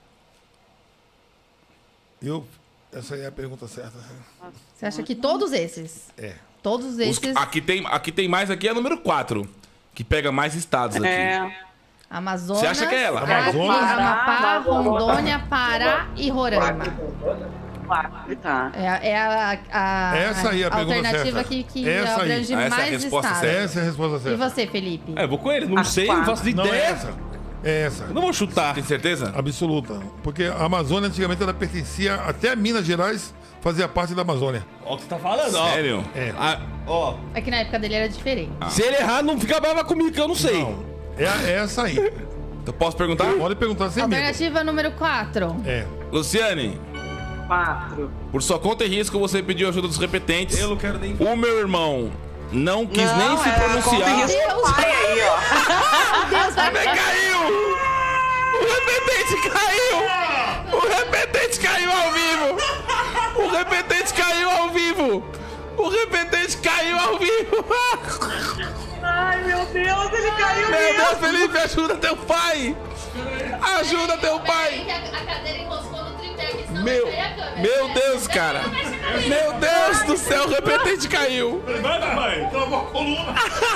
Eu, essa aí é a pergunta certa. Você acha que todos esses? É. Todos Os- esses. aqui, tem, aqui tem mais, aqui é número quatro, que pega mais estados aqui. É. Amazonas. Você acha que é ela? Acre, Amazonas? Amapá, Rondônia, Pará e Roraima. Tá. É, é a, a- Essa aí é a pergunta alternativa certa. que, que Essa aí. abrange Essa é a mais resposta estados. certa. Essa é a resposta E certa. você, Felipe? É, eu vou com ele. Não sei, não faço Não é ideia. essa. É essa. Eu não vou chutar. Tem certeza? Absoluta. Porque a Amazônia, antigamente, ela pertencia até a Minas Gerais, fazia parte da Amazônia. Ó o que você tá falando, ó. Sério? É. Ah, ó, É que na época dele era diferente. se ele errar, não fica brava comigo, que eu não sei. Não. É, é essa aí. Eu posso perguntar? Pode perguntar sem medo. Alternativa número quatro. É. Luciane, Quatro. por sua conta e risco, você pediu ajuda dos repetentes. Eu não quero nem... O meu irmão não quis Não, nem se é, conta e pronunciar. risco do pai aí, ó. Meu Deus, vai Ele caiu! O repetente caiu! O repetente caiu ao vivo! O repetente caiu ao vivo! O repetente caiu ao vivo! Ai, meu Deus, ele caiu Meu mesmo. Deus, Felipe, ajuda teu pai! Ajuda teu pai! A cadeira encostou no tripé aqui, senão Meu, vai cair a câmera. meu Deus, cara! Meu Deus do céu, o repetente caiu! Vai, papai. Travou a coluna.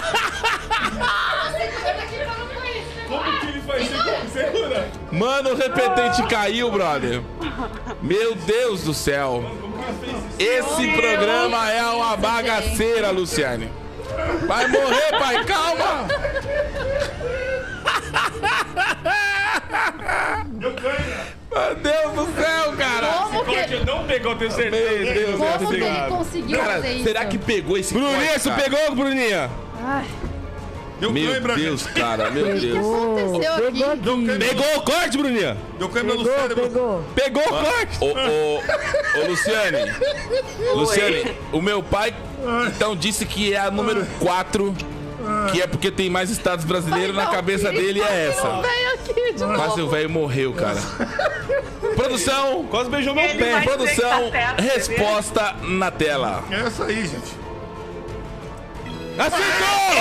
Como que ele faz isso? Segura. Mano, o repetente caiu, brother! Meu Deus do céu! Esse programa é uma bagaceira, Luciane! Vai morrer, pai, calma! Meu Deus do céu, cara! Como que, Ele não pegou, tenho Meu certeza. Deus, como que ele cara. conseguiu Cara, fazer isso? será que pegou esse Bruninha, corte, você cara? pegou, Bruninha? Ai, Deu Meu cãibra, Deus, gente. cara, meu o que Deus. aconteceu aqui? Deu cãibra. Pegou o corte, Bruninha? Deu cãibra no cérebro. Pegou o corte? Ô, ô, ô, Luciane, Luciane, o meu pai então disse que é a número quatro, que é porque tem mais estados brasileiros, na cabeça dele é essa. Vem aqui de novo. Quase o velho morreu, cara. Produção, Quase beijou meu Ele pé. vai- produção, Tá certo, resposta na tela. É essa aí, gente. Acertou!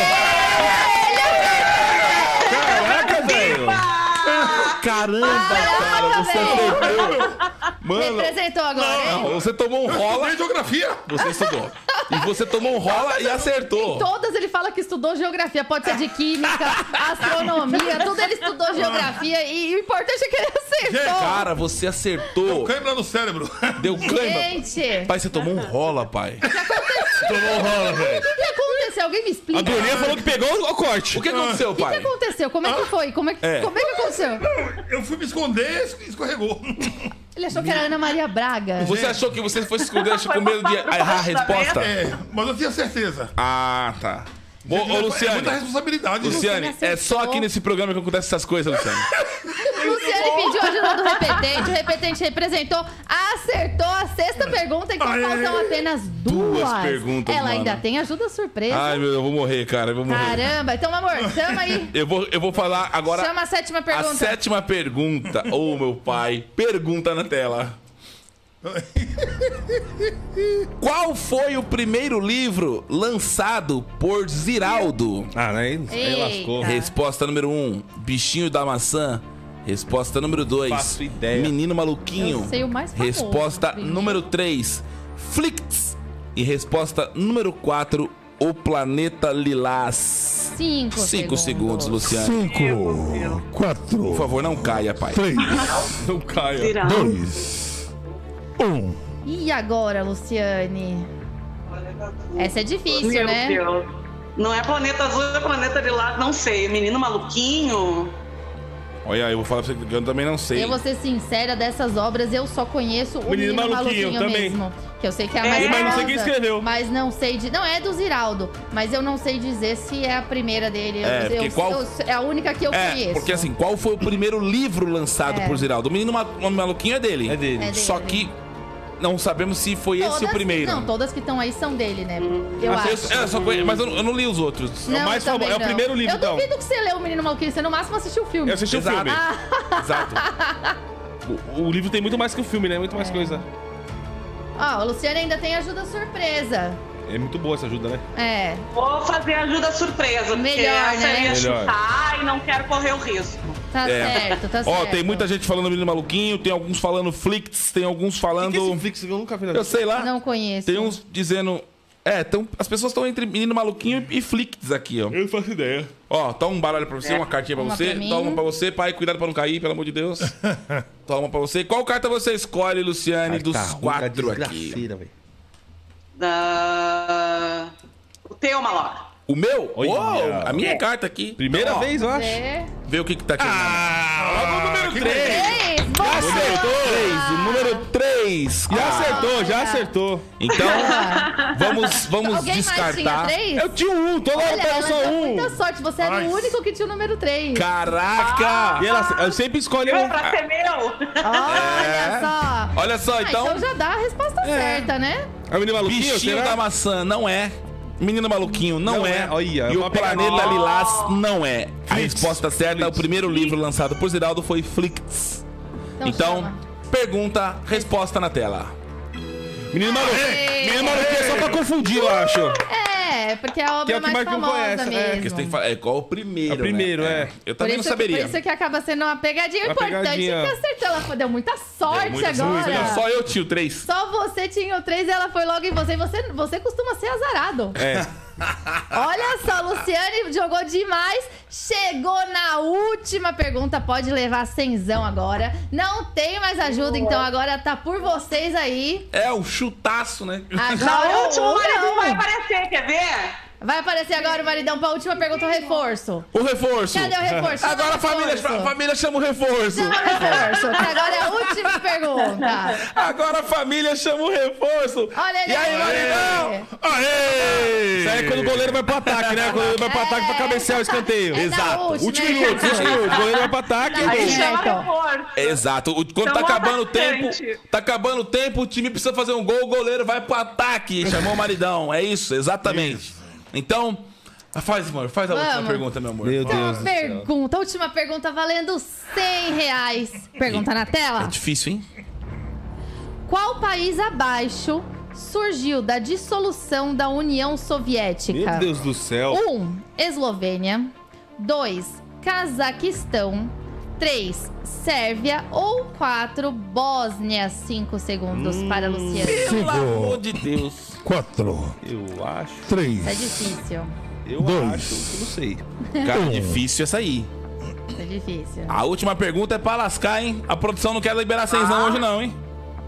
Caraca, velho! Caramba, cara, você acertou. Mano, Representou agora, hein? não, você tomou um rola, Tem geografia. você estudou. E você tomou um rola e acertou. Todas ele fala que estudou geografia, pode ser de química, astronomia, tudo ele estudou geografia e o importante é que ele acertou. Cara, você acertou. Cãibra no cérebro. Deu cãibra. Gente, Pai, você tomou um rola, pai. Tomou rola, velho. o que aconteceu? Alguém me explica. A Bruninha falou que pegou o corte. O que aconteceu, O que, que pai? aconteceu? Como é que foi? Como é que, É. como é que aconteceu? Eu fui me esconder e escorregou. Ele achou que era Ana Maria Braga. Você achou que você fosse se esconder, achou com medo de errar a resposta? É, mas eu tinha certeza. Ah, tá. Ô, ô, É Luciane. muita responsabilidade. Luciane, Luciane é só aqui nesse programa que acontece essas coisas, Luciane. Luciane pediu ajuda do repetente, o repetente representou, acertou a sexta pergunta, então Aê. faltam apenas duas. Duas perguntas, Ela mano. ainda tem ajuda surpresa. Ai, meu, eu vou morrer, cara. Eu vou morrer. Caramba, então, amor, chama aí. Eu vou, eu vou falar agora Chama a sétima a pergunta. sétima pergunta. Ô, meu pai. Pergunta na tela. Qual foi o primeiro livro lançado por Ziraldo? Ah, né? Aí Eita. lascou. Resposta número um, Bichinho da Maçã. Resposta número dois, Faço ideia. Menino Maluquinho. Eu sei o mais famoso. Resposta Primeiro. número três, Flicts. E resposta número quatro, O Planeta Lilás. Cinco, Cinco segundos, segundos. Luciane. Cinco, quatro, Por favor, não caia, pai. três, Não caia. Virar. dois, um. E agora, Luciane? Essa é difícil, Meu né? Deus. Não é Planeta Azul, é Planeta Lilás, não sei. Menino Maluquinho. Olha, eu vou falar pra você que eu também não sei. Eu vou ser sincera, dessas obras eu só conheço o Menino Menino, Maluquinho Maluquinho, também. mesmo. Que eu sei que é a É, mais mas famosa. não sei quem escreveu. Mas não sei de... Não, é do Ziraldo. Mas eu não sei dizer se é a primeira dele. É, eu, porque eu- qual- eu- é a única que eu É, conheço. porque assim, qual foi o primeiro livro lançado É. por Ziraldo? O Menino Ma- Maluquinho é dele. É dele. É dele. Só que não sabemos se foi esse o Todas- primeiro. Não, todas que estão aí são dele, né? Eu Ah, acho. É, só conhe- mas eu, não- eu não li os outros. Não, o mais eu também famoso- é o não. primeiro livro, Eu então. duvido que você leu o Menino Maluquinho. Você no máximo assistiu o filme. Eu assisti Exato. o filme. Exato. O, o livro tem muito mais que o filme, né? Muito mais É. coisa. Ó, o Luciano ainda tem ajuda surpresa. É muito boa essa ajuda, né? É. Vou fazer ajuda surpresa, porque Melhor, essa né? eu ia Melhor. chutar e não quero correr o risco. Tá É. certo, tá Ó, certo. tem muita gente falando Menino Maluquinho, tem alguns falando Flicts, tem alguns Que falando. que é esse Flix? Eu nunca vi na Eu sei lá. Não conheço. Tem uns dizendo. É, tão, as pessoas estão entre Menino Maluquinho e Flicts aqui, ó. Eu não faço ideia. Ó, toma um baralho pra você, uma cartinha pra Uma você. pra mim. Toma uma pra você, pai. Cuidado pra não cair, pelo amor de Deus. Toma uma pra você. Qual carta você escolhe, Luciane, dos tá quatro aqui? Da... O teu, Maloca. O meu? Olha. Uou, a minha carta aqui. Primeira Então, ó, vez, eu acho. É. Vê o que que tá aqui. Ah, logo o número três. Três, boa! três, o número três. Já acertou, já Olha. acertou. Então, vamos, vamos Alguém mais tinha descartar. três? Eu tinha um, toda hora Olha, eu pego ela só deu um. muita sorte. Você era Ai. o único que tinha o número três. Caraca! E ela, eu sempre escolho É um. pra ser meu. Olha só. Olha só, Ah, então, então já dá a resposta certa, né? É o menino maluquinho, Bichinho será? da Maçã não é. Menino Maluquinho não, Não é. é. Olha, e é o uma Planeta pegadinha. Lilás não é. A Flicts. resposta certa, o primeiro livro lançado por Ziraldo foi Flicts. Então, Então, chama. pergunta, resposta na tela. Menino maluquinho. Menino maluquinho é só pra confundir, eu acho. É, porque é a obra Que é o que mais mais que não famosa conhece, é. mesmo. Porque você tem que falar, é qual o primeiro, É o primeiro, né? é. Eu Por também não isso, saberia. por isso que acaba sendo uma pegadinha. O Uma importante pegadinha. é que acertou. Ela foi- deu muita sorte Muito agora. Não, só eu tinha o três. Só você tinha o três e ela foi logo em você. E você, você costuma ser azarado. É. Olha só, Luciane jogou demais. Chegou na última pergunta. Pode levar cenzão agora. Não tem mais ajuda, então agora tá por vocês aí. É, o chutaço, né? Agora O último ou marido não. vai aparecer, quer ver? Vai aparecer agora o maridão pra última pergunta, o reforço. O reforço. Cadê o reforço? Chama Agora o a família, reforço. a família chama o reforço. Chama o reforço, que agora é a última pergunta. Agora a família chama o reforço. Olha ele E aí, maridão? Aê! Isso aí é quando o goleiro vai pro ataque, né? Quando ele vai pro ataque pra cabecear o escanteio. É na Exato. última, Último é minuto, isso. último minuto. O goleiro vai pro ataque e Tá gol. certo. Chama reforço. Exato. O- Quando tá Chamou acabando o tempo, bastante. tá acabando o tempo, o time precisa fazer um gol, o goleiro vai pro ataque. Chamou o maridão. É isso, exatamente. Então, faz, amor, faz a última Vamos. pergunta, meu amor. Meu Deus Então, do céu. pergunta, última pergunta valendo cem reais. Pergunta na É tela. difícil, hein? Qual país abaixo surgiu da dissolução da União Soviética? Meu Deus do céu. um. Eslovênia. dois. Cazaquistão. três. Sérvia. Ou quatro. Bósnia. cinco segundos para Luciano. Pelo amor Cinco, de Deus. quatro, Eu acho. três, É difícil. Eu Dois. acho. Eu não sei. Cara, difícil essa aí. É difícil. A última pergunta é pra lascar, hein? A produção não quer liberar cenzão hoje, não, hein?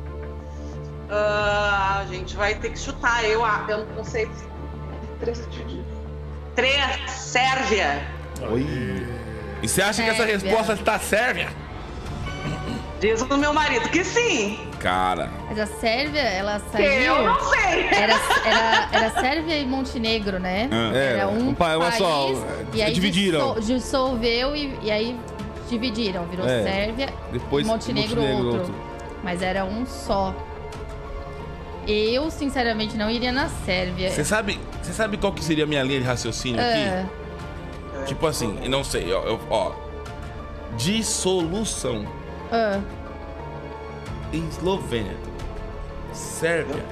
Ah, a gente vai ter que chutar. Eu, ah, eu não sei. Três. Três. Sérvia. E você acha que essa Sérvia. resposta está sérvia? Diz o meu marido que sim. Cara. Mas a Sérvia, ela saiu... Eu não sei. Era, era, era Sérvia e Montenegro, né? É, Era um, um pa- uma país, só, e aí dividiram. dissol- dissolveu e, e aí dividiram. Virou É. Sérvia Depois e Montenegro, Montenegro, outro. outro. Mas era um só. Eu, sinceramente, não iria na Sérvia. Você sabe, você sabe qual que seria a minha linha de raciocínio É. aqui? Tipo assim, eu não sei, ó, eu- ó. Dissolução. Ah. Eslovênia. Sérvia.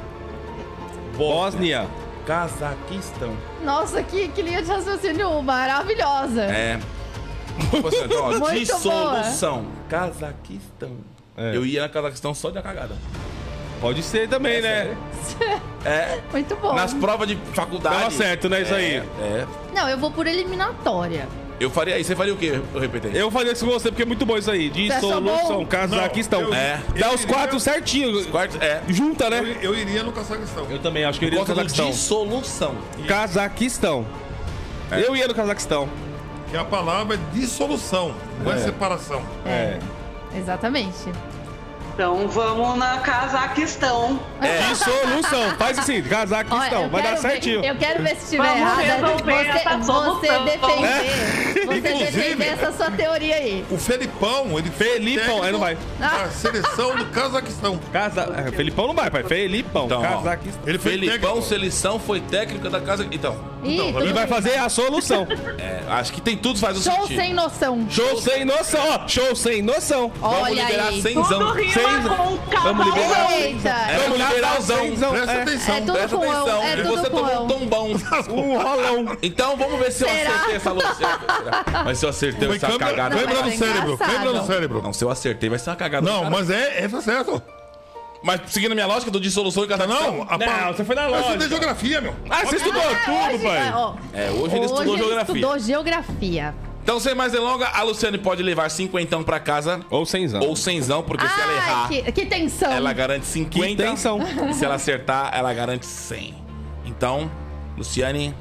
Bósnia. Cazaquistão. Nossa, que, que linha de raciocínio maravilhosa. É. Tipo assim, ó, Muito dissolução. Cazaquistão. É. Eu ia na Cazaquistão só de acagada. Pode ser também, né? É. Muito bom. Nas provas de faculdade. Tava certo, né, isso É, aí? É. Não, eu vou por eliminatória. Eu faria isso. Você faria o quê? Eu repeti. Eu faria isso com você porque é muito bom isso aí. Você achou Dissolução, bom? Cazaquistão. Não, eu- É. Dá eu os iria- quatro certinho. Quarto, é. Junta, Eu, né? eu iria no Cazaquistão. Eu também acho que eu iria no Por conta do Cazaquistão. dissolução. Cazaquistão. Eu ia no Cazaquistão. Que a palavra é dissolução, não é, É. separação. É. Exatamente. Então vamos na Cazaquistão. Dissolução. Faz assim, Olha, Cazaquistão. eu Vai dar quero ver- certinho. eu quero ver se estiver Vamos errada. resolver essa Você, solução. você defender. Você Inclusive- defender essa sua teoria aí. O Felipão, ele foi Felipão, técnico aí não vai. da seleção do Cazaquistão. Casa... é, Felipão não vai, pai. Felipão. Então, ó. Cazaquistão. Ele foi Felipão, técnico. seleção, foi técnica da casa. Então, Ih, Então, tudo E vai bem. fazer a solução. é, acho que tem tudo faz o Show sentido. sem noção. Show sem noção, ó. Show sem noção. Vamos Olha liberar aí. cenzão. Tudo rima Sem- com Vamos liberar. cavalão. Eita. É, Vamos um liberar o casalzão. cenzão. Presta É. atenção. É tudo Presta com atenção. é e tudo você com tomou eu. um tombão. Um rolão. Então vamos ver se eu Será? acertei essa luzinha. Mas se eu acertei, vai Foi ser uma câmera, cagada. Não, câmera mas no é cérebro, engraçado. câmera no cérebro. Não, se eu acertei, vai ser uma cagada. Não, Cara, mas é, é tá certo. Mas seguindo a minha lógica do dissolução e Cazaquistão. Não, a Não, você foi na Mas você lógica. tem geografia, meu. Ah, você estudou tudo, Hoje, pai. ó, É, hoje ele estudou hoje geografia. estudou geografia. Então, sem mais delongas, a Luciane pode levar cinquentão pra casa. Ou cenzão. Ou cenzão, porque se ela Ai, errar, que, que tensão. ela garante cinquenta. Que tensão. E se ela acertar, ela garante cem. Então, Luciane,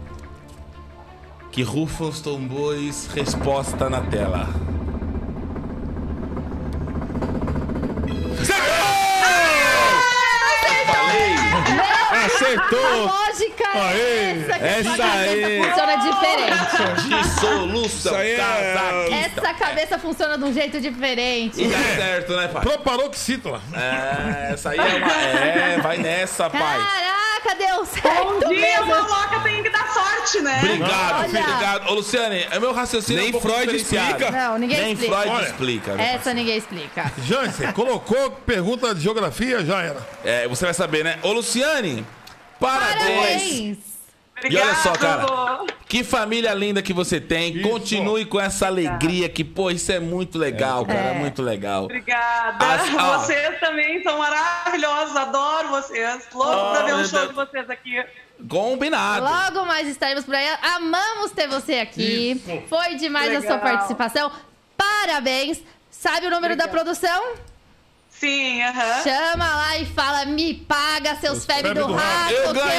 que rufam os tambores, resposta na tela. Acertou. A lógica Aê, é essa que essa essa cabeça aí. funciona diferente. Dissolução, Isso aí é- Cazaquistão. Essa cabeça funciona de um jeito diferente. Tá certo, né, pai? Proparoxítona. É, essa aí é uma... É, vai nessa, pai. Caraca, deu Um certo dia uma mesmo. loca tem que dar sorte, né? Obrigado, Olha. obrigado. Ô, Luciane, é meu raciocínio Nem um pouco Freud diferenciado. explica. Não, ninguém Nem explica. Freud Olha, explica. meu Essa ninguém explica. Jansen, colocou pergunta de geografia, já era. É, você vai saber, né? Ô, Luciane, parabéns. Parabéns. E olha só, Obrigado. cara, que família linda que você tem. Isso. Continue com essa alegria que, pô, isso é muito legal, cara, é É. muito legal. Obrigada. As- ó. Vocês também são maravilhosos. Adoro vocês. Louco Oh, pra ver meu um show Deus. de vocês aqui. Combinado. Logo mais estaremos por aí. Amamos ter você aqui. Isso. Foi demais a sua Legal. participação. Parabéns. Sabe o número da produção? Sim, aham. Chama lá e fala, me paga seus febres febre do do rato, Eu que ganhei!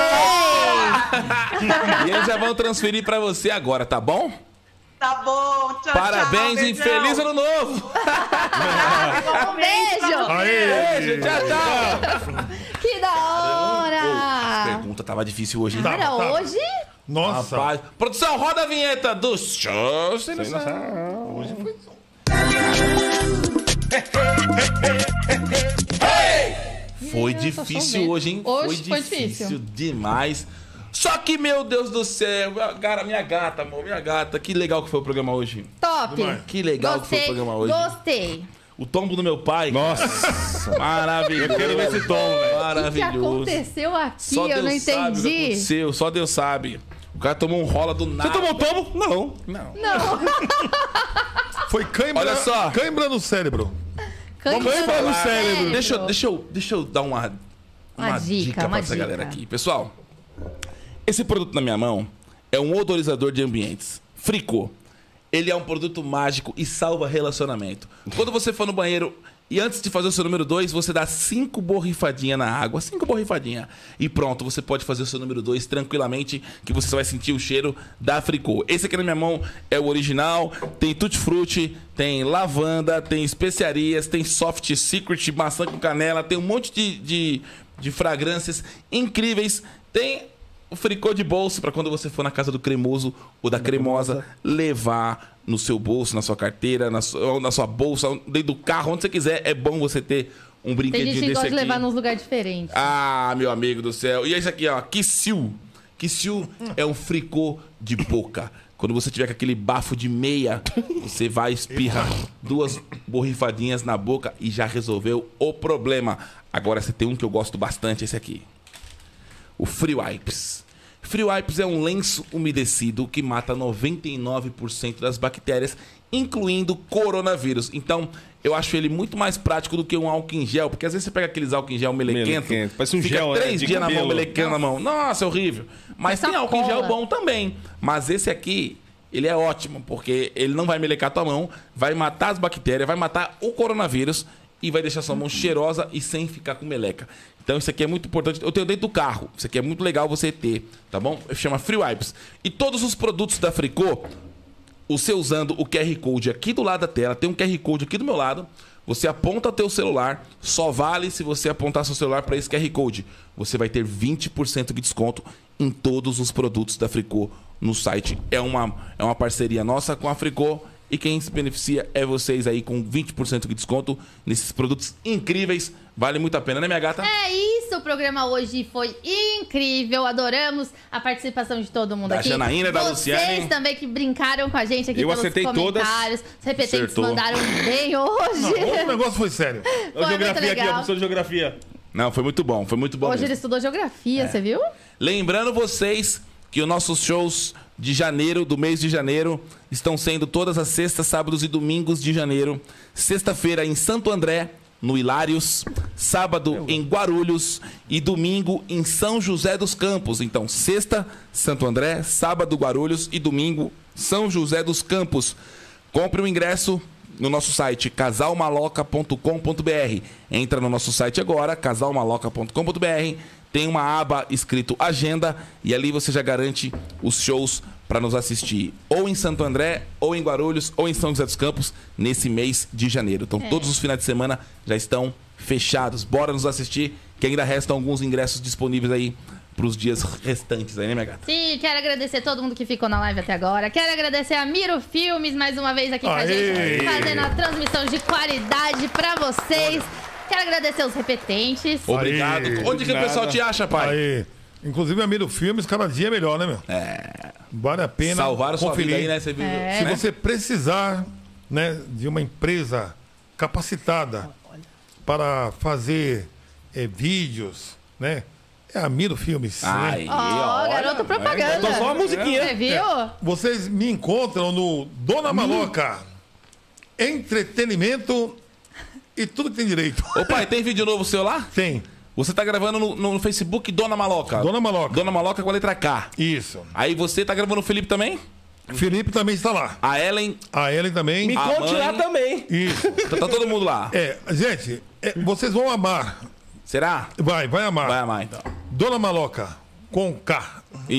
eu ganhei. E eles já vão transferir pra você agora, tá bom? Tá bom. Tchau, Parabéns tchau. e Beijão. feliz ano novo! Um beijo. Aê! Beijo, tchau, tchau! Que da Ô, hora. essa pergunta tava difícil hoje, hein? Tá. Cara, tava. hoje... Nossa. Rapaz. Produção, roda a vinheta do show. Sem noção. Foi Menina, tá difícil chovendo. hoje, hein? Hoje foi foi difícil difícil. demais. Só que, meu Deus do céu, cara, minha gata, amor, minha gata, que legal que foi o programa hoje. Top. Que legal que foi o Gostei, programa hoje. gostei. O tombo do meu pai. Nossa. Maravilhoso. Eu quero ver esse tom, velho. O que Maravilhoso. aconteceu aqui? Só eu Deus não sabe o que entendi. aconteceu, só Deus sabe. O cara tomou um rola do nada. Você tomou tombo? Não. Não. Não. Foi cãibra, Olha só. cãibra no cérebro. Cãibra falar. no cérebro. Deixa eu, deixa, eu, deixa eu dar uma, uma, Uma dica, dica, pra uma essa dica. galera aqui. Pessoal, esse produto na minha mão é um odorizador de ambientes. Fricô. Ele é um produto mágico e salva relacionamento. Quando você for no banheiro E antes de fazer o seu número dois, você dá cinco borrifadinhas na água. Cinco borrifadinhas. E pronto, você pode fazer o seu número dois tranquilamente, que você só vai sentir o cheiro da Fricô. Esse aqui na minha mão é o original. Tem tutti-frutti, tem lavanda, tem especiarias, tem soft secret, maçã com canela. Tem um monte de, de, de fragrâncias incríveis. Tem o Fricô de bolso, para quando você for na casa do cremoso ou da cremosa, levar no seu bolso, na sua carteira, na sua, na sua bolsa, dentro do carro, onde você quiser. É bom você ter um brinquedinho desse aqui. Tem gente que gosta de levar nos lugares diferentes. Ah, meu amigo do céu. E esse aqui, ó, Kissil. Kissil é um Fricô de boca. Quando você tiver com aquele bafo de meia, você vai espirrar duas borrifadinhas na boca e já resolveu o problema. Agora você tem um que eu gosto bastante, esse aqui. O Free Wipes. Free Wipes é um lenço umedecido que mata noventa e nove por cento das bactérias, incluindo coronavírus. Então, eu acho ele muito mais prático do que um álcool em gel, porque às vezes você pega aqueles álcool em gel melequento, Melequento. Parece um fica gel, três né, de dias na mão, cabelo. melecando na mão. Nossa, é horrível. Mas Essa tem álcool em gel cola. bom também. Mas esse aqui, ele é ótimo, porque ele não vai melecar a tua mão, vai matar as bactérias, vai matar o coronavírus e vai deixar sua mão cheirosa e sem ficar com meleca. Então isso aqui é muito importante. Eu tenho dentro do carro. Isso aqui é muito legal você ter, tá bom? Chama Free Wipes. E todos os produtos da Fricô, você usando o Q R Code aqui do lado da tela, tem um Q R Code aqui do meu lado, você aponta teu celular, só vale se você apontar seu celular para esse Q R Code. Você vai ter vinte por cento de desconto em todos os produtos da Fricô no site. É uma, é uma parceria nossa com a Fricô. E quem se beneficia é vocês aí com vinte por cento de desconto nesses produtos incríveis. Vale muito a pena, né, minha gata? É isso, o programa hoje foi incrível. Adoramos a participação de todo mundo Da aqui. Janaína, da Vocês Luciane. também que brincaram com a gente aqui Eu pelos acertei comentários. todas. Os repetentes Acertou. mandaram bem hoje. Não, o negócio foi sério. Olha Foi a geografia muito aqui, ó, legal. professor de geografia. Não, foi muito bom, foi muito bom Hoje mesmo. ele estudou geografia, você viu? Lembrando vocês que os nossos shows de janeiro, do mês de janeiro, estão sendo todas as sextas, sábados e domingos de janeiro. Sexta-feira em Santo André, no Hilários. Sábado em Guarulhos e domingo em São José dos Campos. Então, sexta, Santo André, sábado, Guarulhos e domingo, São José dos Campos. Compre o ingresso no nosso site casal maloca ponto com ponto br. Entra no nosso site agora, casal maloca ponto com ponto br. Tem uma aba escrito Agenda e ali você já garante os shows para nos assistir ou em Santo André, ou em Guarulhos, ou em São José dos Campos nesse mês de janeiro. Então É. todos os finais de semana já estão fechados. Bora nos assistir, que ainda restam alguns ingressos disponíveis aí para os dias restantes aí, né, minha gata? Sim, quero agradecer todo mundo que ficou na live até agora. Quero agradecer a Miro Filmes mais uma vez aqui com a Aê! gente, fazendo a transmissão de qualidade pra vocês. Quero agradecer os repetentes. Obrigado. Aí, Onde que o nada. pessoal te acha, pai? Aí. Inclusive, a Miro Filmes, cada dia é melhor, né, meu? É. Vale a pena Salvaram sua conferir. vida aí, né? Você viu, É. Se né? você precisar, né, de uma empresa capacitada para fazer eh, vídeos, né? É a Miro Filmes. Aí, né? Ó, olha. garoto propaganda. Então só uma musiquinha. Você viu? Vocês me encontram no Dona Maloca. Entretenimento e tudo que tem direito. Ô, pai, tem vídeo novo seu lá? Tem. Você tá gravando no, no Facebook Dona Maloca. Dona Maloca. Dona Maloca com a letra K. Isso. Aí você tá gravando o Felipe também? Felipe também está lá. A Ellen. A Ellen também. Me A conte mãe- lá também. Isso. Tá, tá todo mundo lá. É, gente, é, vocês vão amar. Será? Vai, vai amar. Vai amar, então. Dona Maloca, com K.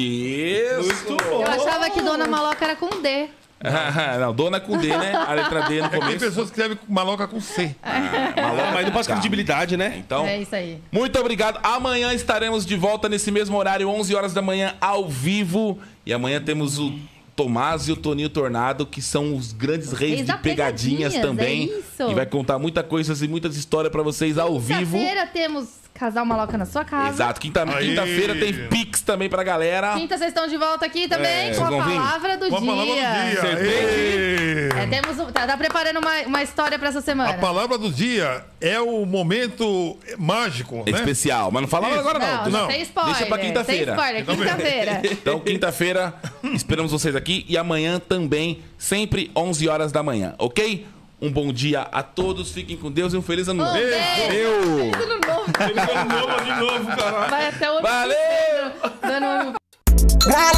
Isso. Eu achava que Dona Maloca era com D. Não, Dona com D, né? A letra D no Tem começo. pessoas que escrevem Maloca com C. Maloca, mas não passa credibilidade, né? Então, É isso aí. muito obrigado. Amanhã estaremos de volta nesse mesmo horário, onze horas da manhã, ao vivo. E amanhã temos o Tomás e o Toninho Tornado, que são os grandes reis Reis de da pegadinhas, pegadinhas, também. é isso. E vai contar muitas coisas e muitas histórias pra vocês ao vivo. Quinta-feira temos Casal Maloca na sua casa. Exato. Quinta- Aí. Quinta-feira tem Pix também pra galera. Quinta, vocês estão de volta aqui também É, com a vocês vão vir? palavra do Com a dia. palavra do dia. Serpente. Ê! É, temos, um- tá, tá preparando uma, uma história pra essa semana. A palavra do dia é o momento mágico, É né? especial. Mas não fala Isso. agora, não. Não, Não. não tem spoiler. Deixa pra quinta-feira. Tem spoiler, quinta-feira. Então, quinta-feira, esperamos vocês aqui. E amanhã também, sempre onze horas da manhã, ok? Um bom dia a todos, fiquem com Deus e um feliz ano Um novo. beijo. Valeu! Feliz ano novo. Ele de novo, de novo, caralho. Vai até o ano Valeu! Dando... Gralha